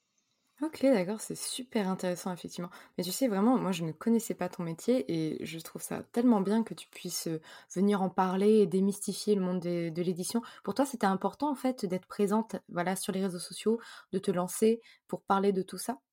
S1: Ok, d'accord, c'est super intéressant, effectivement. Mais tu sais, vraiment, moi, je ne connaissais pas ton métier et je trouve ça tellement bien que tu puisses euh, venir en parler et démystifier le monde de, de l'édition. Pour toi, c'était important, en fait, d'être présente, voilà, sur les réseaux sociaux, de te lancer pour parler de tout ça?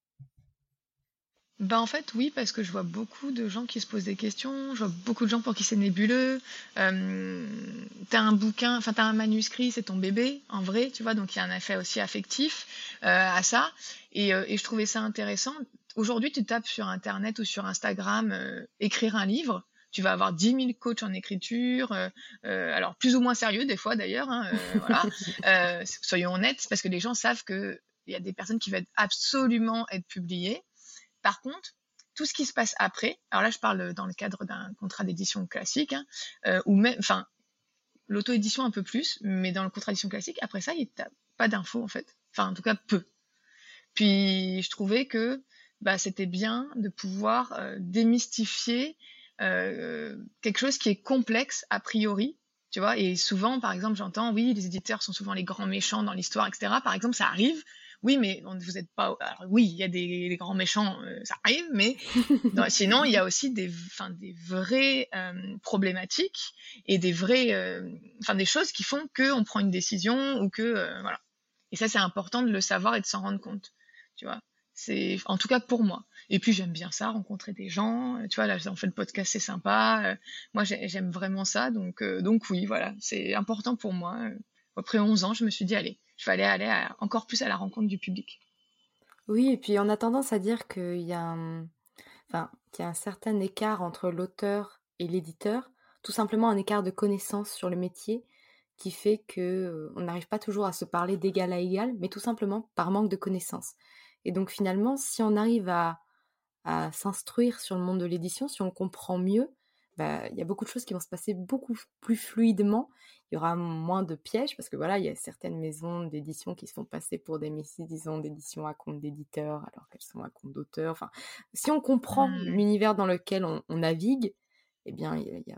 S3: Ben en fait oui parce que je vois beaucoup de gens qui se posent des questions, je vois beaucoup de gens pour qui c'est nébuleux. Euh, t'as un bouquin, enfin t'as un manuscrit, c'est ton bébé en vrai, tu vois, donc il y a un effet aussi affectif euh, à ça. Et, euh, et je trouvais ça intéressant. Aujourd'hui tu tapes sur internet ou sur Instagram euh, écrire un livre. Tu vas avoir dix mille coachs en écriture, euh, euh, alors plus ou moins sérieux des fois d'ailleurs, hein, euh, voilà. Euh, soyons honnêtes, parce que les gens savent que il y a des personnes qui veulent absolument être publiées. Par contre, tout ce qui se passe après, alors là je parle dans le cadre d'un contrat d'édition classique, hein, euh, ou même, enfin, l'auto-édition un peu plus, mais dans le contrat d'édition classique, après ça, il n'y a pas d'infos en fait. Enfin, en tout cas, peu. Puis je trouvais que bah, c'était bien de pouvoir euh, démystifier euh, quelque chose qui est complexe a priori. Tu vois, et souvent, par exemple, j'entends, oui, les éditeurs sont souvent les grands méchants dans l'histoire, et cetera. Par exemple, ça arrive. Oui, mais vous êtes pas. Alors, oui, il y a des, des grands méchants, euh, ça arrive, mais non, sinon, il y a aussi des, enfin, des vraies euh, problématiques et des vraies, euh, enfin, des choses qui font que on prend une décision ou que, euh, voilà. Et ça, c'est important de le savoir et de s'en rendre compte. Tu vois, c'est en tout cas pour moi. Et puis j'aime bien ça, rencontrer des gens. Tu vois, là, on fait le podcast, c'est sympa. Euh, moi, j'aime vraiment ça, donc, euh, donc oui, voilà, c'est important pour moi. Après onze ans, je me suis dit, allez, je vais aller, aller à, encore plus à la rencontre du public.
S1: Oui, et puis on a tendance à dire qu'il y a un, enfin, qu'il y a un certain écart entre l'auteur et l'éditeur, tout simplement un écart de connaissance sur le métier qui fait que euh, on n'arrive pas toujours à se parler d'égal à égal, mais tout simplement par manque de connaissances. Et donc finalement, si on arrive à, à s'instruire sur le monde de l'édition, si on comprend mieux, bah, il y a beaucoup de choses qui vont se passer beaucoup plus fluidement. Il y aura moins de pièges parce que voilà, il y a certaines maisons d'édition qui se font passer pour des maisons d'édition à compte d'éditeurs alors qu'elles sont à compte d'auteurs. Enfin, si on comprend
S3: Mmh.
S1: l'univers dans lequel on, on navigue, eh bien, il y a, il y a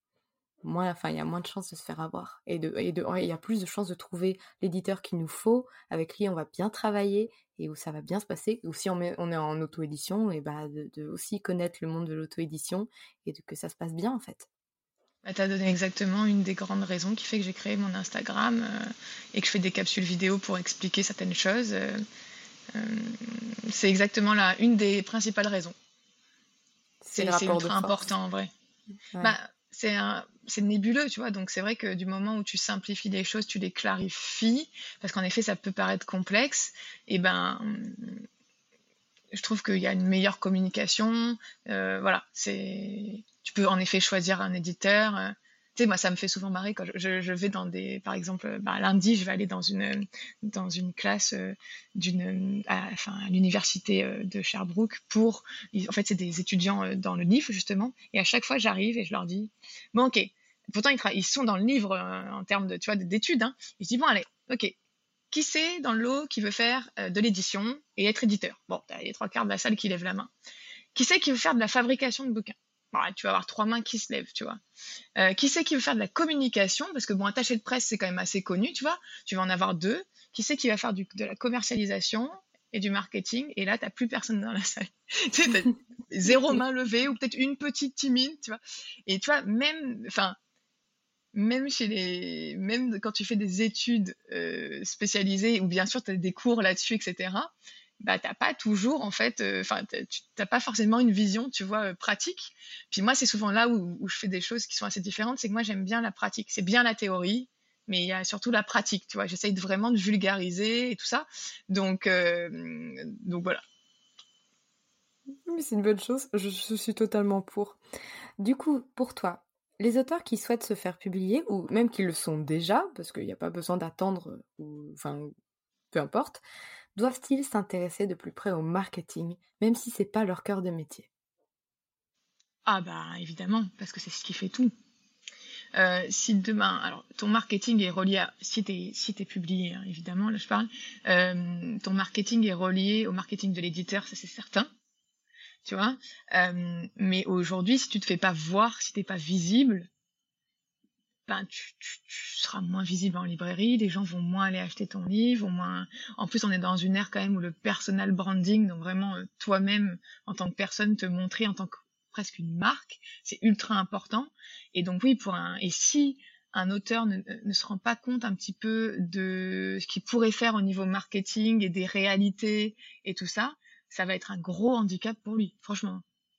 S1: moins, enfin, il y a moins de chances de se faire avoir et de, et de, il y a plus de chances de trouver l'éditeur qu'il nous faut, avec qui on va bien travailler et où ça va bien se passer. Ou si on, met, on est en auto-édition, et bah de, de aussi connaître le monde de l'auto-édition et de, que ça se passe bien en fait.
S3: Bah, tu as donné exactement une des grandes raisons qui fait que j'ai créé mon Instagram euh, et que je fais des capsules vidéo pour expliquer certaines choses. Euh, euh, c'est exactement là une des principales raisons.
S1: C'est,
S3: C'est, c'est ultra important en vrai. Ouais. Bah, c'est, un, c'est nébuleux, tu vois. Donc c'est vrai que du moment où tu simplifies les choses, tu les clarifies, parce qu'en effet, ça peut paraître complexe. Et ben, je trouve qu'il y a une meilleure communication. Euh, voilà, c'est. Tu peux en effet choisir un éditeur. Tu sais, moi, ça me fait souvent marrer quand je, je, je vais dans des, par exemple, bah, lundi, je vais aller dans une, dans une classe euh, d'une, à, enfin, à l'université euh, de Sherbrooke pour, en fait, c'est des étudiants euh, dans le livre, justement. Et à chaque fois, j'arrive et je leur dis, bon, ok. Pourtant, ils, tra- ils sont dans le livre euh, en termes de, tu vois, d'études, hein. Et je dis, bon, allez, ok. Qui c'est dans le lot qui veut faire euh, de l'édition et être éditeur? Bon, t'as les trois quarts de la salle qui lèvent la main. Qui c'est qui veut faire de la fabrication de bouquins? Bon, là, tu vas avoir trois mains qui se lèvent, tu vois. Euh, qui c'est qui veut faire de la communication? Parce que bon, attaché de presse, c'est quand même assez connu, tu vois. Tu vas en avoir deux. Qui c'est qui va faire du, de la commercialisation et du marketing? Et là, t'as plus personne dans la salle. Tu sais, t'as zéro main levée ou peut-être une petite timide, tu vois. Et tu vois, même, enfin, même chez les, même quand tu fais des études euh, spécialisées ou bien sûr tu as des cours là-dessus, et cetera. Bah t'as pas toujours en fait, enfin euh, tu t'as pas forcément une vision, tu vois, euh, pratique. Puis moi c'est souvent là où, où je fais des choses qui sont assez différentes, c'est que moi j'aime bien la pratique. C'est bien la théorie, mais il y a surtout la pratique, tu vois. J'essaye de vraiment de vulgariser et tout ça. Donc euh, donc voilà.
S1: Mais c'est une bonne chose, je, je suis totalement pour. Du coup, pour toi, les auteurs qui souhaitent se faire publier, ou même qui le sont déjà, parce qu'il n'y a pas besoin d'attendre, ou enfin, peu importe, doivent-ils s'intéresser de plus près au marketing, même si c'est pas leur cœur de métier?
S3: Ah bah évidemment, parce que c'est ce qui fait tout. Euh, si demain, alors ton marketing est relié à, si t'es si t'es publié, hein, évidemment, là je parle, euh, ton marketing est relié au marketing de l'éditeur, ça c'est certain, tu vois. Euh, mais aujourd'hui, si tu te fais pas voir, si t'es pas visible, ben tu, tu, tu seras moins visible en librairie, les gens vont moins aller acheter ton livre, vont moins. En plus, on est dans une ère quand même où le personal branding, donc vraiment euh, toi-même en tant que personne te montrer en tant que presque une marque, c'est ultra important. Et donc oui, pour un et si un auteur ne, ne se rend pas compte un petit peu de ce qu'il pourrait faire au niveau marketing et des réalités et tout ça, ça va être un gros handicap pour lui, franchement.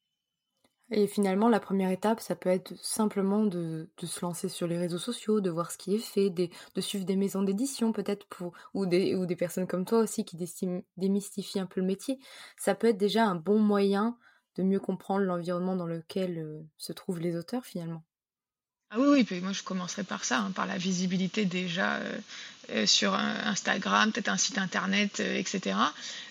S1: Et finalement, la première étape, ça peut être simplement de, de se lancer sur les réseaux sociaux, de voir ce qui est fait, des- de suivre des maisons d'édition peut-être pour ou des ou des personnes comme toi aussi qui déstiment- démystifient un peu le métier. Ça peut être déjà un bon moyen de mieux comprendre l'environnement dans lequel euh, se trouvent les auteurs finalement.
S3: Ah oui, oui, puis moi je commencerai par ça, hein, par la visibilité déjà euh, euh, sur euh, Instagram, peut-être un site internet, euh, et cetera.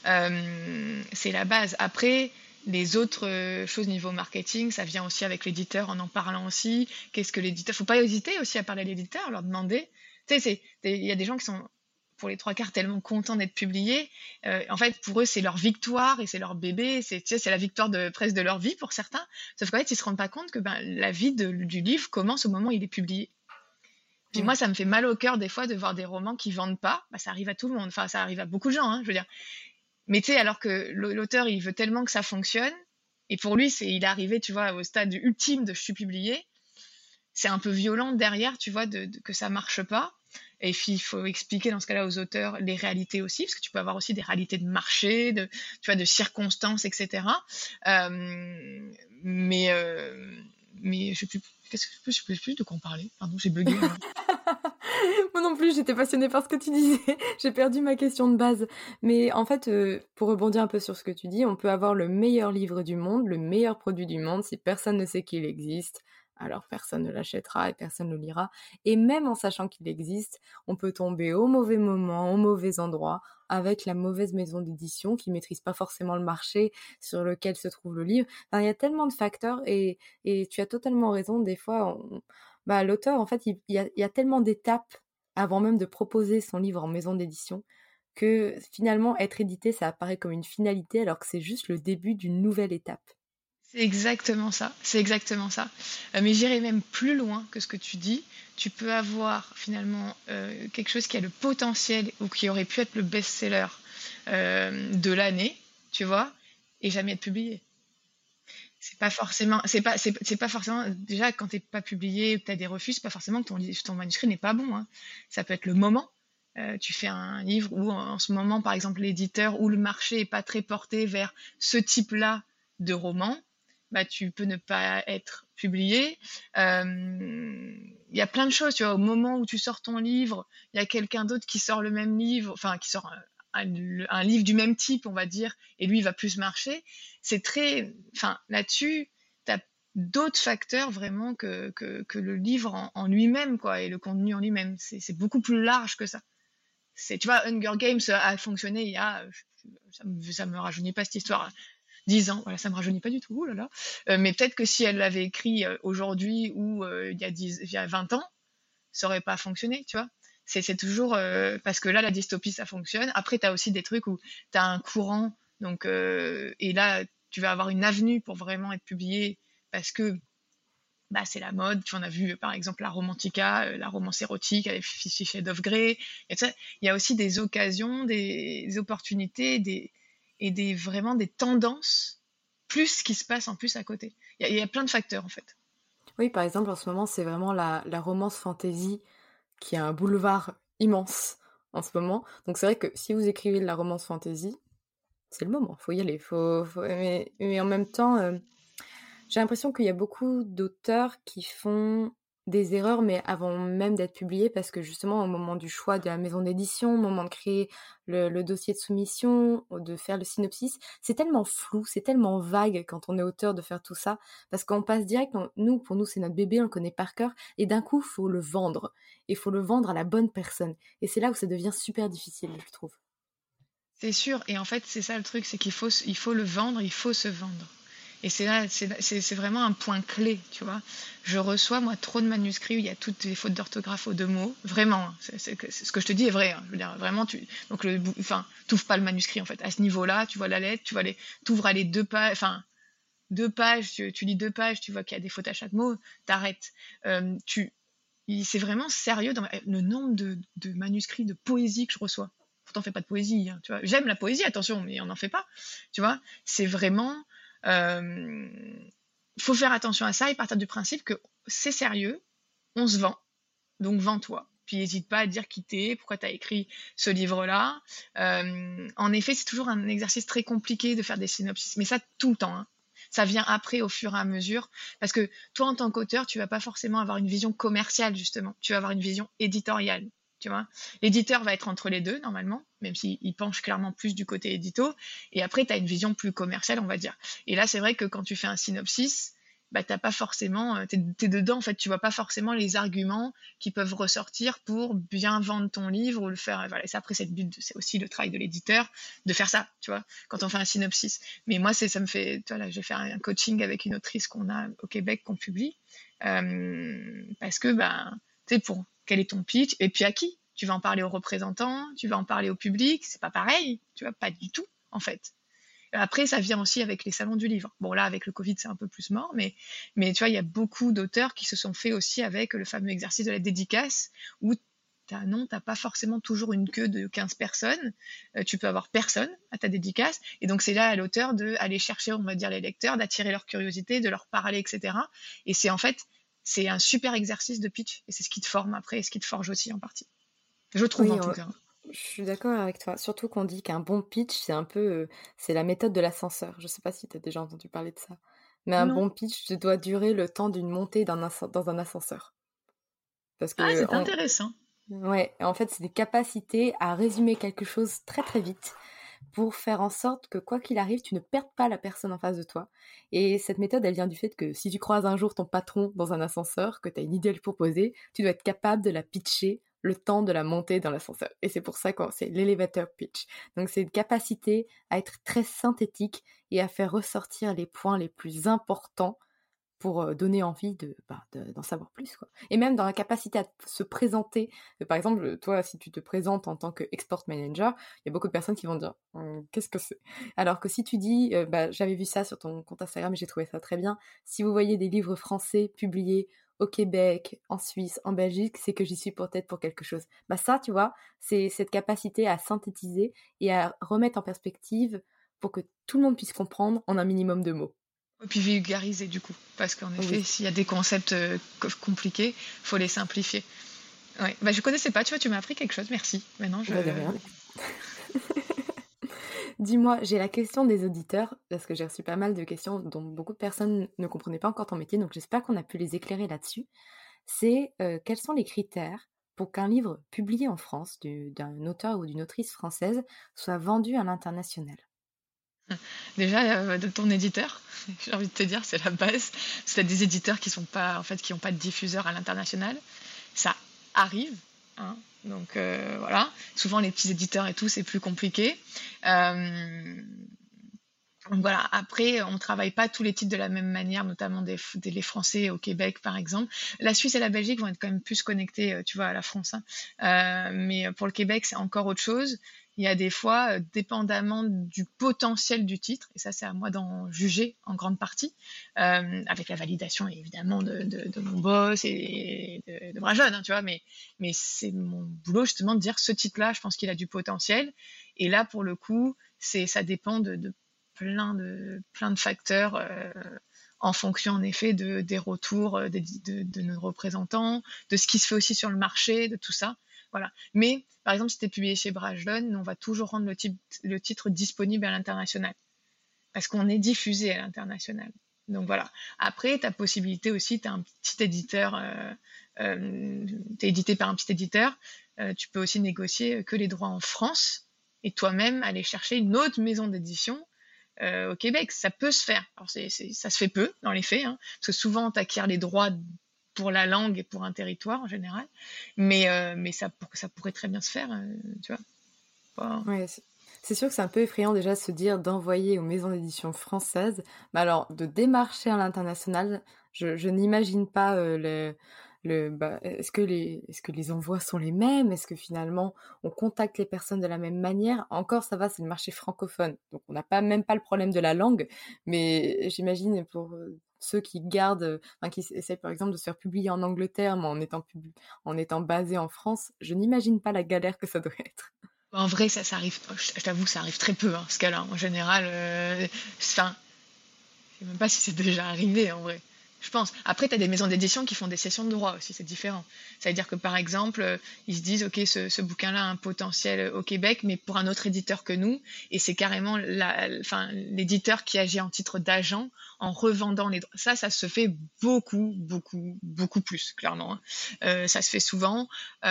S3: Euh, c'est la base. Après, les autres euh, choses niveau marketing, ça vient aussi avec l'éditeur en en parlant aussi. Qu'est-ce que l'éditeur? Faut pas hésiter aussi à parler à l'éditeur, leur demander. Tu sais, c'est, il y a des gens qui sont pour les trois quarts tellement contents d'être publiés. Euh, en fait, pour eux, c'est leur victoire et c'est leur bébé. C'est, tu sais, c'est la victoire de presque de leur vie pour certains. Sauf qu'en fait, ils se rendent pas compte que ben, la vie de- du livre commence au moment où il est publié. Puis
S1: Ouais.
S3: moi, ça me fait mal au cœur des fois de voir des romans qui vendent pas. Bah, ça arrive à tout le monde. Enfin, ça arrive à beaucoup de gens, hein, je veux dire. Mais tu sais, alors que l'auteur, il veut tellement que ça fonctionne. Et pour lui, c'est, il est arrivé, tu vois, au stade ultime de je suis publié. C'est un peu violent derrière, tu vois, de, de- que ça marche pas. Et puis, il faut expliquer dans ce cas-là aux auteurs les réalités aussi, parce que tu peux avoir aussi des réalités de marché, de, tu vois, de circonstances, et cetera. Euh, mais, euh, mais je sais plus, qu'est-ce que je sais plus de quoi on parlait. Pardon, j'ai bugué. Alors.
S1: Moi non plus, j'étais passionnée par ce que tu disais. J'ai perdu ma question de base. Mais en fait, euh, pour rebondir un peu sur ce que tu dis, on peut avoir le meilleur livre du monde, le meilleur produit du monde, si personne ne sait qu'il existe, alors personne ne l'achètera et personne ne le lira. Et même en sachant qu'il existe, on peut tomber au mauvais moment, au mauvais endroit, avec la mauvaise maison d'édition qui maîtrise pas forcément le marché sur lequel se trouve le livre. Enfin, il y a tellement de facteurs et, et tu as totalement raison. Des fois, on, bah, l'auteur, en fait, il, il y a, il y a tellement d'étapes avant même de proposer son livre en maison d'édition que finalement, être édité, ça apparaît comme une finalité alors que c'est juste le début d'une nouvelle étape.
S3: C'est exactement ça, c'est exactement ça. Euh, mais j'irai même plus loin que ce que tu dis. Tu peux avoir finalement euh, quelque chose qui a le potentiel ou qui aurait pu être le best-seller euh, de l'année, tu vois, et jamais être publié. C'est pas forcément, c'est pas, c'est, c'est pas forcément, déjà quand t'es pas publié ou que t'as des refus, c'est pas forcément que ton, li- ton manuscrit n'est pas bon, hein. Ça peut être le moment. Euh, tu fais un livre où en, en ce moment, par exemple, l'éditeur ou le marché est pas très porté vers ce type-là de roman, bah tu peux ne pas être publié. Euh, Il y a plein de choses, tu vois. Au moment où tu sors ton livre, il y a quelqu'un d'autre qui sort le même livre, enfin qui sort un, un- un livre du même type, on va dire, et lui il va plus marcher. C'est très, enfin là-dessus, t'as d'autres facteurs vraiment que, que, que le livre en, en lui-même, quoi, et le contenu en lui-même. C'est, c'est beaucoup plus large que ça. C'est, tu vois, Hunger Games a fonctionné il y a, ça me, ça me rajeunit pas cette histoire, dix ans, voilà, ça me rajeunit pas du tout, oh là là. Euh, mais peut-être que si elle l'avait écrit euh, aujourd'hui ou euh, il y a dix, il y a vingt ans, ça aurait pas fonctionné, tu vois. C'est, c'est toujours euh, parce que là, la dystopie, ça fonctionne. Après, tu as aussi des trucs où tu as un courant, donc euh, et là, tu vas avoir une avenue pour vraiment être publié parce que bah, c'est la mode. Tu en as vu, par exemple, la romantica, euh, la romance érotique avec Fifty Shades of Grey. Et ça, il y a aussi des occasions, des, des opportunités, des, et des vraiment des tendances, plus ce qui se passe en plus à côté. Il y a, il y a plein de facteurs, en fait.
S1: Oui, par exemple, en ce moment, c'est vraiment la, la romance fantasy qui a un boulevard immense en ce moment. Donc c'est vrai que si vous écrivez de la romance fantasy, c'est le moment, faut y aller. Faut, faut... Mais, mais en même temps, euh, j'ai l'impression qu'il y a beaucoup d'auteurs qui font des erreurs, mais avant même d'être publiés, parce que justement, au moment du choix de la maison d'édition, au moment de créer le, le dossier de soumission, de faire le synopsis, c'est tellement flou, c'est tellement vague quand on est auteur de faire tout ça, parce qu'on passe direct, on, nous, pour nous, c'est notre bébé, on le connaît par cœur, et d'un coup, faut le vendre. Il faut le vendre à la bonne personne. Et c'est là où ça devient super difficile, je trouve.
S3: C'est sûr. Et en fait, c'est ça le truc, c'est qu'il faut, il faut le vendre, il faut se vendre. Et c'est là, c'est, c'est, c'est vraiment un point clé, tu vois. Je reçois, moi, trop de manuscrits où il y a toutes les fautes d'orthographe aux deux mots. Vraiment, c'est, c'est, c'est ce que je te dis est vrai. Hein. Je veux dire, vraiment, tu, donc le, enfin, t'ouvres pas le manuscrit, en fait. À ce niveau-là, tu vois la lettre, tu vois les, t'ouvres à les deux pages, enfin, deux pages, tu, tu lis deux pages, tu vois qu'il y a des fautes à chaque mot, t'arrêtes. Euh, tu, c'est vraiment sérieux dans le nombre de, de manuscrits de poésie que je reçois. Pourtant, on fait pas de poésie, hein, tu vois. J'aime la poésie, attention, mais on n'en fait pas, tu vois. C'est vraiment, euh, faut faire attention à ça et partir du principe que c'est sérieux, on se vend, donc vends-toi. Puis n'hésite pas à dire qui t'es, pourquoi tu as écrit ce livre-là. Euh, en effet, c'est toujours un exercice très compliqué de faire des synopsis, mais ça tout le temps. Hein. Ça vient après au fur et à mesure, parce que toi, en tant qu'auteur, tu vas pas forcément avoir une vision commerciale, justement. Tu vas avoir une vision éditoriale. Tu vois, l'éditeur va être entre les deux normalement, même s'il penche clairement plus du côté édito. Et après, tu as une vision plus commerciale, on va dire. Et là, c'est vrai que quand tu fais un synopsis, bah t'as pas forcément, t'es, t'es dedans en fait, tu vois pas forcément les arguments qui peuvent ressortir pour bien vendre ton livre ou le faire. Voilà, et ça, après c'est le but, de, c'est aussi le travail de l'éditeur de faire ça, tu vois, quand on fait un synopsis. Mais moi, c'est ça me fait, tu vois, là, j'ai fait un coaching avec une autrice qu'on a au Québec qu'on publie euh, parce que ben, tu sais, pour quel est ton pitch et puis à qui tu vas en parler aux représentants, tu vas en parler au public, c'est pas pareil, tu vois, pas du tout en fait. Après, ça vient aussi avec les salons du livre. Bon, là, avec le Covid, c'est un peu plus mort, mais, mais tu vois, il y a beaucoup d'auteurs qui se sont faits aussi avec le fameux exercice de la dédicace, où t'as, non, t'as pas forcément toujours une queue de quinze personnes, euh, tu peux avoir personne à ta dédicace, et donc c'est là à l'auteur d'aller chercher, on va dire, les lecteurs, d'attirer leur curiosité, de leur parler, et cetera. Et c'est en fait, c'est un super exercice de pitch, et c'est ce qui te forme après, et ce qui te forge aussi en partie. Je trouve,
S1: Oui,
S3: en tout
S1: on-
S3: cas.
S1: je suis d'accord avec toi. Surtout qu'on dit qu'un bon pitch, c'est un peu, euh, c'est la méthode de l'ascenseur. Je sais pas si tu as déjà entendu parler de ça. Mais un
S3: Non.
S1: bon pitch doit durer le temps d'une montée d'un ascen- dans un ascenseur. Parce
S3: Ah,
S1: que,
S3: c'est
S1: on-
S3: intéressant.
S1: ouais, en fait, c'est des capacités à résumer quelque chose très très vite pour faire en sorte que quoi qu'il arrive, tu ne perdes pas la personne en face de toi. Et cette méthode, elle vient du fait que si tu croises un jour ton patron dans un ascenseur, que tu as une idée à lui proposer, tu dois être capable de la pitcher le temps de la montée dans l'ascenseur. Et c'est pour ça que c'est l'elevator pitch. Donc c'est une capacité à être très synthétique et à faire ressortir les points les plus importants pour euh, donner envie de, bah, de- d'en savoir plus, quoi. Et même dans la capacité à se présenter. Euh, Par exemple, toi, si tu te présentes en tant qu'export manager, il y a beaucoup de personnes qui vont dire Hum, qu'est-ce que c'est? Alors que si tu dis euh, bah, j'avais vu ça sur ton compte Instagram et j'ai trouvé ça très bien. Si vous voyez des livres français publiés au Québec, en Suisse, en Belgique, c'est que j'y suis peut-être pour quelque chose. Bah ça, tu vois, c'est cette capacité à synthétiser et à remettre en perspective pour que tout le monde puisse comprendre en un minimum de mots.
S3: Et puis vulgariser du coup, parce qu'en
S1: Oui.
S3: effet, s'il y a des concepts euh, compliqués, faut les simplifier. Ouais. Bah je connaissais pas, tu vois, tu m'as appris quelque chose, merci. Maintenant je.
S1: Bah, de rien. Dis-moi, j'ai la question des auditeurs, parce que j'ai reçu pas mal de questions dont beaucoup de personnes ne comprenaient pas encore ton métier, donc j'espère qu'on a pu les éclairer là-dessus. C'est euh, quels sont les critères pour qu'un livre publié en France du- d'un auteur ou d'une autrice française soit vendu à l'international?
S3: Déjà, euh, de ton éditeur, j'ai envie de te dire, c'est la base. C'est des éditeurs qui sont pas, en fait, qui n'ont pas de diffuseur à l'international. Ça arrive, hein. Donc euh, voilà. Souvent les petits éditeurs et tout, c'est plus compliqué. Euh, donc voilà. Après, on travaille pas tous les titres de la même manière, notamment des, des les Français au Québec, par exemple. La Suisse et la Belgique vont être quand même plus connectés, euh, tu vois, à la France, hein. Euh, mais pour le Québec, c'est encore autre chose. Il y a des fois, euh, dépendamment du potentiel du titre, et ça, c'est à moi d'en juger en grande partie, euh, avec la validation évidemment de, de, de mon boss et de, de Brajlon, hein, tu vois. Mais, mais c'est mon boulot justement de dire ce titre-là, je pense qu'il a du potentiel. Et là, pour le coup, c'est ça dépend de, de plein de plein de facteurs euh, en fonction en effet de des retours euh, des, de, de nos représentants, de ce qui se fait aussi sur le marché, de tout ça. Voilà. Mais par exemple, si tu es publié chez Brajlon, on va toujours rendre le, type, le titre disponible à l'international parce qu'on est diffusé à l'international. Donc voilà. Après, tu as possibilité aussi, tu as un petit éditeur, euh, euh, tu es édité par un petit éditeur, euh, tu peux aussi négocier que les droits en France et toi-même aller chercher une autre maison d'édition euh, au Québec. Ça peut se faire. Alors c'est, c'est, ça se fait peu dans les faits, hein, parce que souvent tu acquiers les droits pour la langue et pour un territoire en général, mais euh, mais ça, ça pourrait très bien se faire, euh, tu vois. Pas...
S1: Ouais, c'est c'est sûr que c'est un peu effrayant déjà de se dire d'envoyer aux maisons d'édition françaises, mais alors de démarcher à l'international, je, je n'imagine pas euh, le, le bah, est-ce que les est-ce que les envois sont les mêmes? Est-ce que finalement on contacte les personnes de la même manière? Encore ça va, c'est le marché francophone, donc on n'a pas même pas le problème de la langue, mais j'imagine pour euh, ceux qui gardent, euh, enfin qui essaient par exemple de se faire publier en Angleterre, mais en étant pub- en étant basé en France, je n'imagine pas la galère que ça doit être.
S3: En vrai, ça, ça arrive. Je, je t'avoue, ça arrive très peu, hein, ce cas-là. En général, euh, enfin, je sais même pas si c'est déjà arrivé en vrai. Je pense. Après, tu as des maisons d'édition qui font des cessions de droits aussi, c'est différent. Ça veut dire que par exemple, euh, ils se disent, OK, ce, ce bouquin-là a un potentiel au Québec, mais pour un autre éditeur que nous, et c'est carrément la, enfin, l'éditeur qui agit en titre d'agent en revendant les droits. Ça, ça se fait beaucoup, beaucoup, beaucoup plus, clairement, hein. Euh, ça se fait souvent.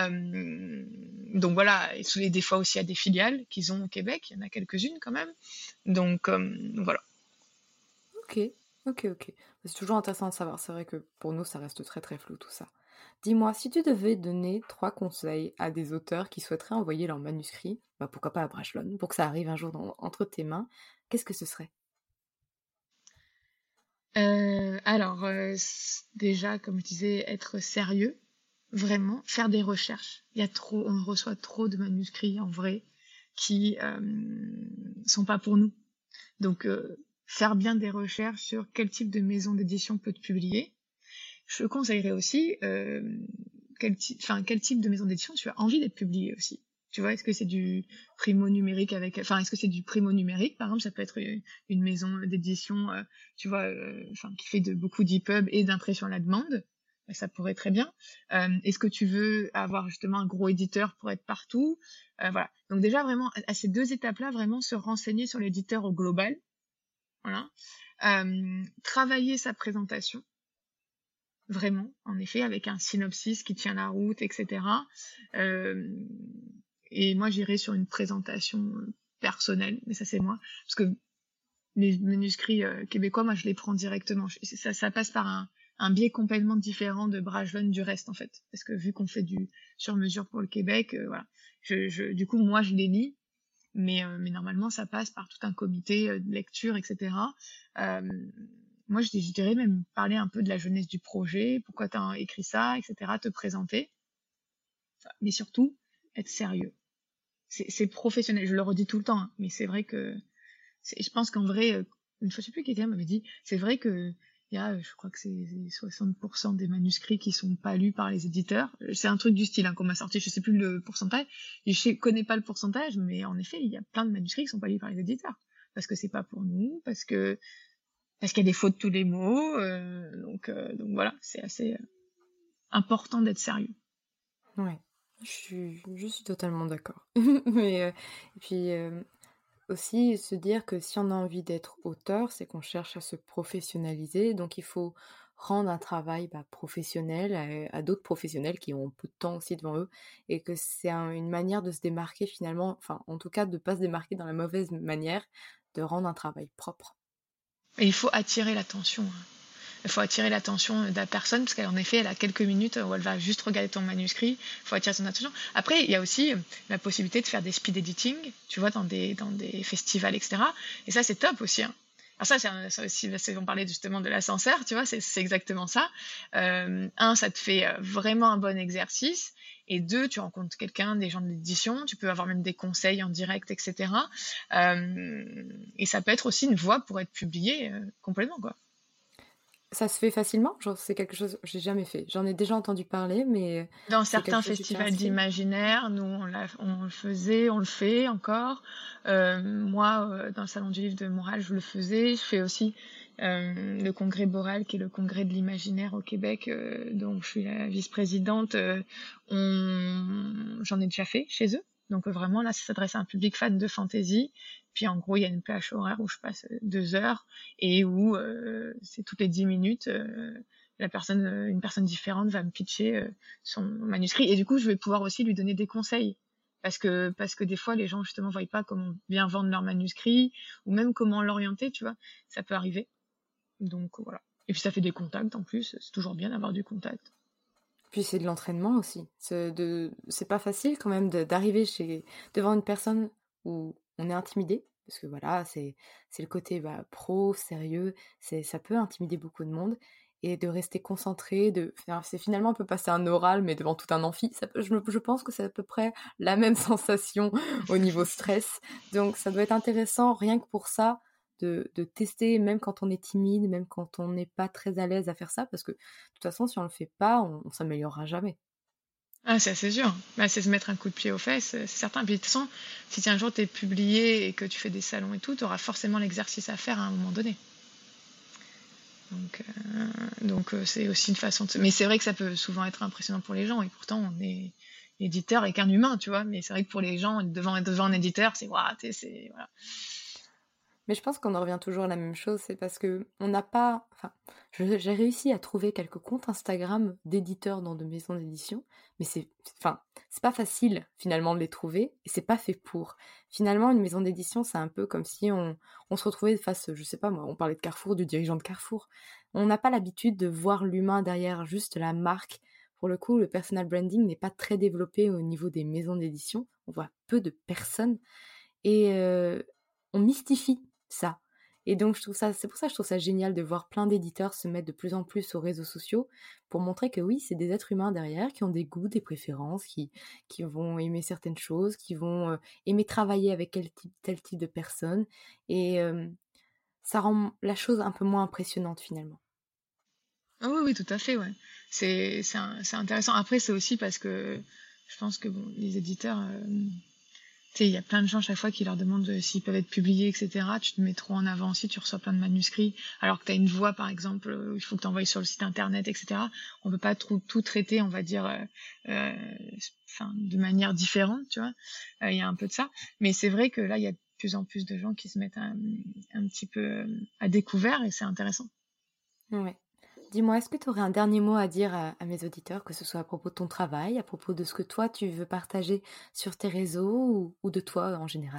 S3: Euh, donc voilà, et des fois aussi à des filiales qu'ils ont au Québec, il y en a quelques-unes quand même. Donc euh, voilà.
S1: Ok, ok, ok. C'est toujours intéressant de savoir. C'est vrai que pour nous, ça reste très très flou tout ça. Dis-moi, si tu devais donner trois conseils à des auteurs qui souhaiteraient envoyer leur manuscrit, bah pourquoi pas à Brajlon, pour que ça arrive un jour dans- entre tes mains, qu'est-ce que ce serait?
S3: Euh, alors, euh, déjà, comme je disais, être sérieux, vraiment, faire des recherches. Il y a trop, on reçoit trop de manuscrits en vrai qui euh, sont pas pour nous. Donc, euh, faire bien des recherches sur quel type de maison d'édition peut te publier. Je conseillerais aussi euh, quel, type, enfin, quel type de maison d'édition tu as envie d'être publié aussi. Tu vois, est-ce que c'est du primo numérique avec, enfin, est-ce que c'est du primo numérique, par exemple, ça peut être une, une maison d'édition, euh, tu vois, euh, enfin, qui fait de beaucoup d'e-pub et d'impression à la demande, ça pourrait très bien. Euh, est-ce que tu veux avoir justement un gros éditeur pour être partout? Euh, voilà. Donc déjà vraiment à ces deux étapes-là, vraiment se renseigner sur l'éditeur au global, voilà. Euh, travailler sa présentation. Vraiment, en effet, avec un synopsis qui tient la route, et cetera. Euh, et moi, j'irai sur une présentation personnelle, mais ça c'est moi, parce que les manuscrits euh, québécois, moi, je les prends directement. Ça, ça passe par un, un biais complètement différent de Brajlon du reste, en fait, parce que vu qu'on fait du sur-mesure pour le Québec, euh, voilà. Je, je, du coup, moi, je les lis, mais, euh, mais normalement, ça passe par tout un comité euh, de lecture, et cetera. Euh, moi, je, je dirais même parler un peu de la jeunesse du projet, pourquoi tu as écrit ça, et cetera, te présenter. Mais surtout, être sérieux. C'est, c'est professionnel, je le redis tout le temps, hein, mais c'est vrai que c'est, je pense qu'en vrai, euh, une fois, je sais plus quelqu'un m'avait dit, c'est vrai que il y a, je crois que c'est soixante pour cent des manuscrits qui sont pas lus par les éditeurs. C'est un truc du style hein, qu'on m'a sorti, je sais plus le pourcentage. Je connais pas le pourcentage, mais en effet, il y a plein de manuscrits qui sont pas lus par les éditeurs parce que c'est pas pour nous, parce que parce qu'il y a des fautes tous les mots. Euh, donc euh, donc voilà, c'est assez euh, important d'être sérieux.
S1: Ouais, je suis, je suis totalement d'accord. Mais euh, et puis euh, aussi se dire que si on a envie d'être auteur, c'est qu'on cherche à se professionnaliser, donc il faut rendre un travail bah, professionnel à, à d'autres professionnels qui ont peu de temps aussi devant eux et que c'est un- une manière de se démarquer finalement, enfin en tout cas de pas se démarquer dans la mauvaise manière, de rendre un travail propre.
S3: Et il faut attirer l'attention, hein. Il faut attirer l'attention de la personne parce qu'en effet, elle a quelques minutes où elle va juste regarder ton manuscrit. Il faut attirer son attention. Après, il y a aussi la possibilité de faire des speed editing, tu vois, dans des, dans des festivals, et cetera. Et ça, c'est top aussi, hein. Alors ça, c'est, un, ça aussi, c'est, on parlait justement de l'ascenseur, tu vois, c'est, c'est exactement ça. Euh, un, ça te fait vraiment un bon exercice. Et deux, tu rencontres quelqu'un, des gens de l'édition, tu peux avoir même des conseils en direct, et cetera. Euh, et ça peut être aussi une voie pour être publié euh, complètement, quoi.
S1: Ça se fait facilement? Genre, c'est quelque chose que j'ai jamais fait. J'en ai déjà entendu parler, mais
S3: Dans
S1: c'est quelque
S3: certains
S1: chose que tu t'es
S3: festivals
S1: inscrit?
S3: d'imaginaire, nous on, l'a, on le faisait, on le fait encore. Euh, moi, euh, dans le Salon du Livre de Montréal, je le faisais. Je fais aussi euh, le congrès Boréal, qui est le congrès de l'imaginaire au Québec, euh, dont je suis la vice-présidente. Euh, on... J'en ai déjà fait chez eux. Donc euh, vraiment, là, ça s'adresse à un public fan de fantasy. Puis en gros, il y a une plage horaire où je passe deux heures et où euh, c'est toutes les dix minutes. Euh, la personne, une personne différente va me pitcher euh, son manuscrit et du coup je vais pouvoir aussi lui donner des conseils parce que parce que des fois les gens justement voient pas comment bien vendre leur manuscrit ou même comment l'orienter, tu vois, ça peut arriver. Donc voilà. Et puis ça fait des contacts en plus, c'est toujours bien d'avoir du contact.
S1: Puis c'est de l'entraînement aussi. C'est, de... c'est pas facile quand même de, d'arriver chez... devant une personne où on est intimidé. Parce que voilà, c'est, c'est le côté bah, pro, sérieux. C'est, ça peut intimider beaucoup de monde. Et de rester concentré, de faire, c'est finalement on peut passer un oral, mais devant tout un amphi. Ça peut, je, me- je pense que c'est à peu près la même sensation au niveau stress. Donc ça doit être intéressant, rien que pour ça, de, de tester, même quand on est timide, même quand on n'est pas très à l'aise à faire ça, parce que de toute façon, si on le fait pas, on, on s'améliorera jamais.
S3: Ah, c'est assez sûr. Bah, c'est se mettre un coup de pied aux fesses, c'est certain. Puis de toute façon, si un jour t'es publié et que tu fais des salons et tout, t'auras forcément l'exercice à faire à un moment donné. Donc, euh, donc euh, c'est aussi une façon de se... Mais c'est vrai que ça peut souvent être impressionnant pour les gens, et pourtant on est éditeur et qu'un humain, tu vois. Mais c'est vrai que pour les gens, devant, devant un éditeur, c'est waouh, c'est voilà.
S1: Mais je pense qu'on en revient toujours à la même chose, c'est parce que on n'a pas, enfin, je- j'ai réussi à trouver quelques comptes Instagram d'éditeurs dans de maisons d'édition, mais c'est, enfin, c'est pas facile finalement de les trouver et c'est pas fait pour. Finalement, une maison d'édition, c'est un peu comme si on, on se retrouvait face, je sais pas moi, on parlait de Carrefour, du dirigeant de Carrefour. On n'a pas l'habitude de voir l'humain derrière juste la marque. Pour le coup, le personal branding n'est pas très développé au niveau des maisons d'édition. On voit peu de personnes et euh, on mystifie ça. Et donc, je trouve ça, c'est pour ça que je trouve ça génial de voir plein d'éditeurs se mettre de plus en plus aux réseaux sociaux pour montrer que oui, c'est des êtres humains derrière qui ont des goûts, des préférences, qui, qui vont aimer certaines choses, qui vont euh, aimer travailler avec quel type, tel type de personnes. Et euh, ça rend la chose un peu moins impressionnante finalement.
S3: Ah oui, oui, tout à fait, ouais. C'est c'est un- c'est intéressant. Après, c'est aussi parce que je pense que bon, les éditeurs, euh, tu sais, il y a plein de gens chaque fois qui leur demandent euh, s'ils peuvent être publiés, et cetera. Tu te mets trop en avant aussi, tu reçois plein de manuscrits, alors que tu as une voix, par exemple, euh, il faut que tu envoies sur le site internet, et cetera. On peut pas tout, tout traiter, on va dire, euh, euh, enfin, de manière différente, tu vois. Euh, Il y a un peu de ça. Mais c'est vrai que là, il y a de plus en plus de gens qui se mettent un, un petit peu euh, à découvert et c'est intéressant.
S1: Ouais. Dis-moi, est-ce que tu aurais un dernier mot à dire à, à mes auditeurs, que ce soit à propos de ton travail, à propos de ce que toi tu veux partager sur tes réseaux ou, ou de toi en général?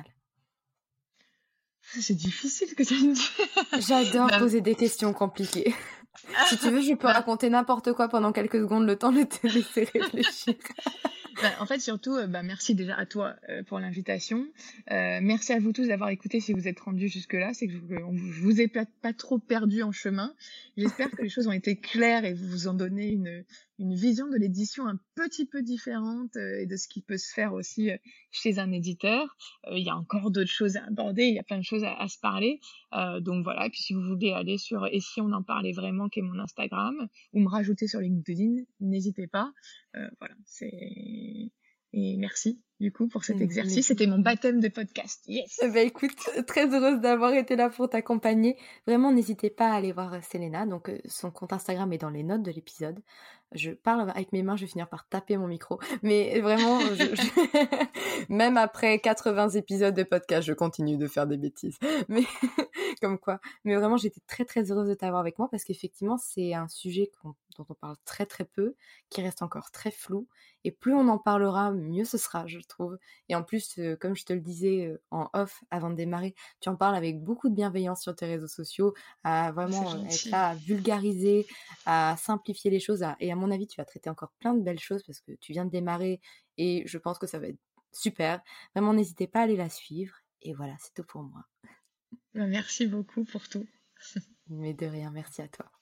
S3: C'est difficile ce que tu me dis.
S1: J'adore
S3: Bah,
S1: poser des questions compliquées. Si tu veux, je peux
S3: bah,
S1: raconter n'importe quoi pendant quelques secondes, le temps de te laisser réfléchir.
S3: bah, en fait, surtout, euh, bah, merci déjà à toi euh, pour l'invitation. Euh, merci à vous tous d'avoir écouté si vous êtes rendus jusque-là. C'est que je, on vous- je vous ai pas, pas trop perdu en chemin. J'espère que les choses ont été claires et vous vous en donnez une, une vision de l'édition un petit peu différente euh, et de ce qui peut se faire aussi euh, chez un éditeur. Euh, Il y a encore d'autres choses à aborder, il y a plein de choses à, à se parler. Euh, donc voilà, et puis si vous voulez aller sur Et si on en parlait vraiment, qui est mon Instagram, ou me rajouter sur LinkedIn, n'hésitez pas. Euh, voilà, c'est... et merci du coup pour cet exercice. Mmh. C'était mon baptême de podcast. Yes.
S1: Bah écoute, très heureuse d'avoir été là pour t'accompagner. Vraiment, n'hésitez pas à aller voir Selena. Donc euh, son compte Instagram est dans les notes de l'épisode. Je parle avec mes mains, je vais finir par taper mon micro. Mais vraiment, je, je... même après quatre-vingts épisodes de podcast, je continue de faire des bêtises. Mais comme quoi. Mais vraiment, j'étais très très heureuse de t'avoir avec moi parce qu'effectivement, c'est un sujet qu'on, dont on parle très très peu, qui reste encore très flou. Et plus on en parlera, mieux ce sera, je trouve. Et en plus, euh, comme je te le disais euh, en off avant de démarrer, tu en parles avec beaucoup de bienveillance sur tes réseaux sociaux, à vraiment euh, être là, à vulgariser, à simplifier les choses. À... Et à mon avis, tu vas traiter encore plein de belles choses parce que tu viens de démarrer et je pense que ça va être super. Vraiment, n'hésitez pas à aller la suivre. Et voilà, c'est tout pour moi.
S3: Merci beaucoup pour tout.
S1: Mais de rien, merci à toi.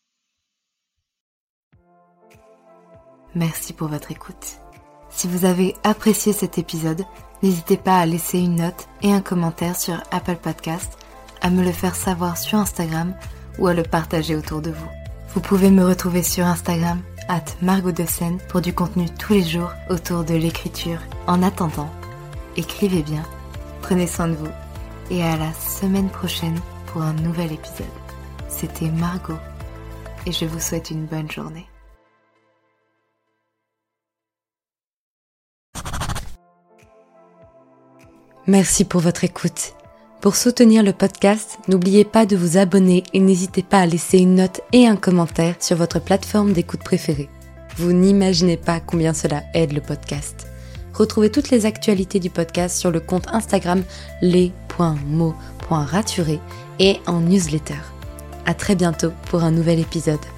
S1: Merci pour votre écoute. Si vous avez apprécié cet épisode, n'hésitez pas à laisser une note et un commentaire sur Apple Podcast, à me le faire savoir sur Instagram ou à le partager autour de vous. Vous pouvez me retrouver sur Instagram arobase margot de seine pour du contenu tous les jours autour de l'écriture. En attendant, écrivez bien, prenez soin de vous et à la semaine prochaine pour un nouvel épisode. C'était Margot et je vous souhaite une bonne journée. Merci pour votre écoute. Pour soutenir le podcast, n'oubliez pas de vous abonner et n'hésitez pas à laisser une note et un commentaire sur votre plateforme d'écoute préférée. Vous n'imaginez pas combien cela aide le podcast. Retrouvez toutes les actualités du podcast sur le compte Instagram les point mots point raturés et en newsletter. À très bientôt pour un nouvel épisode.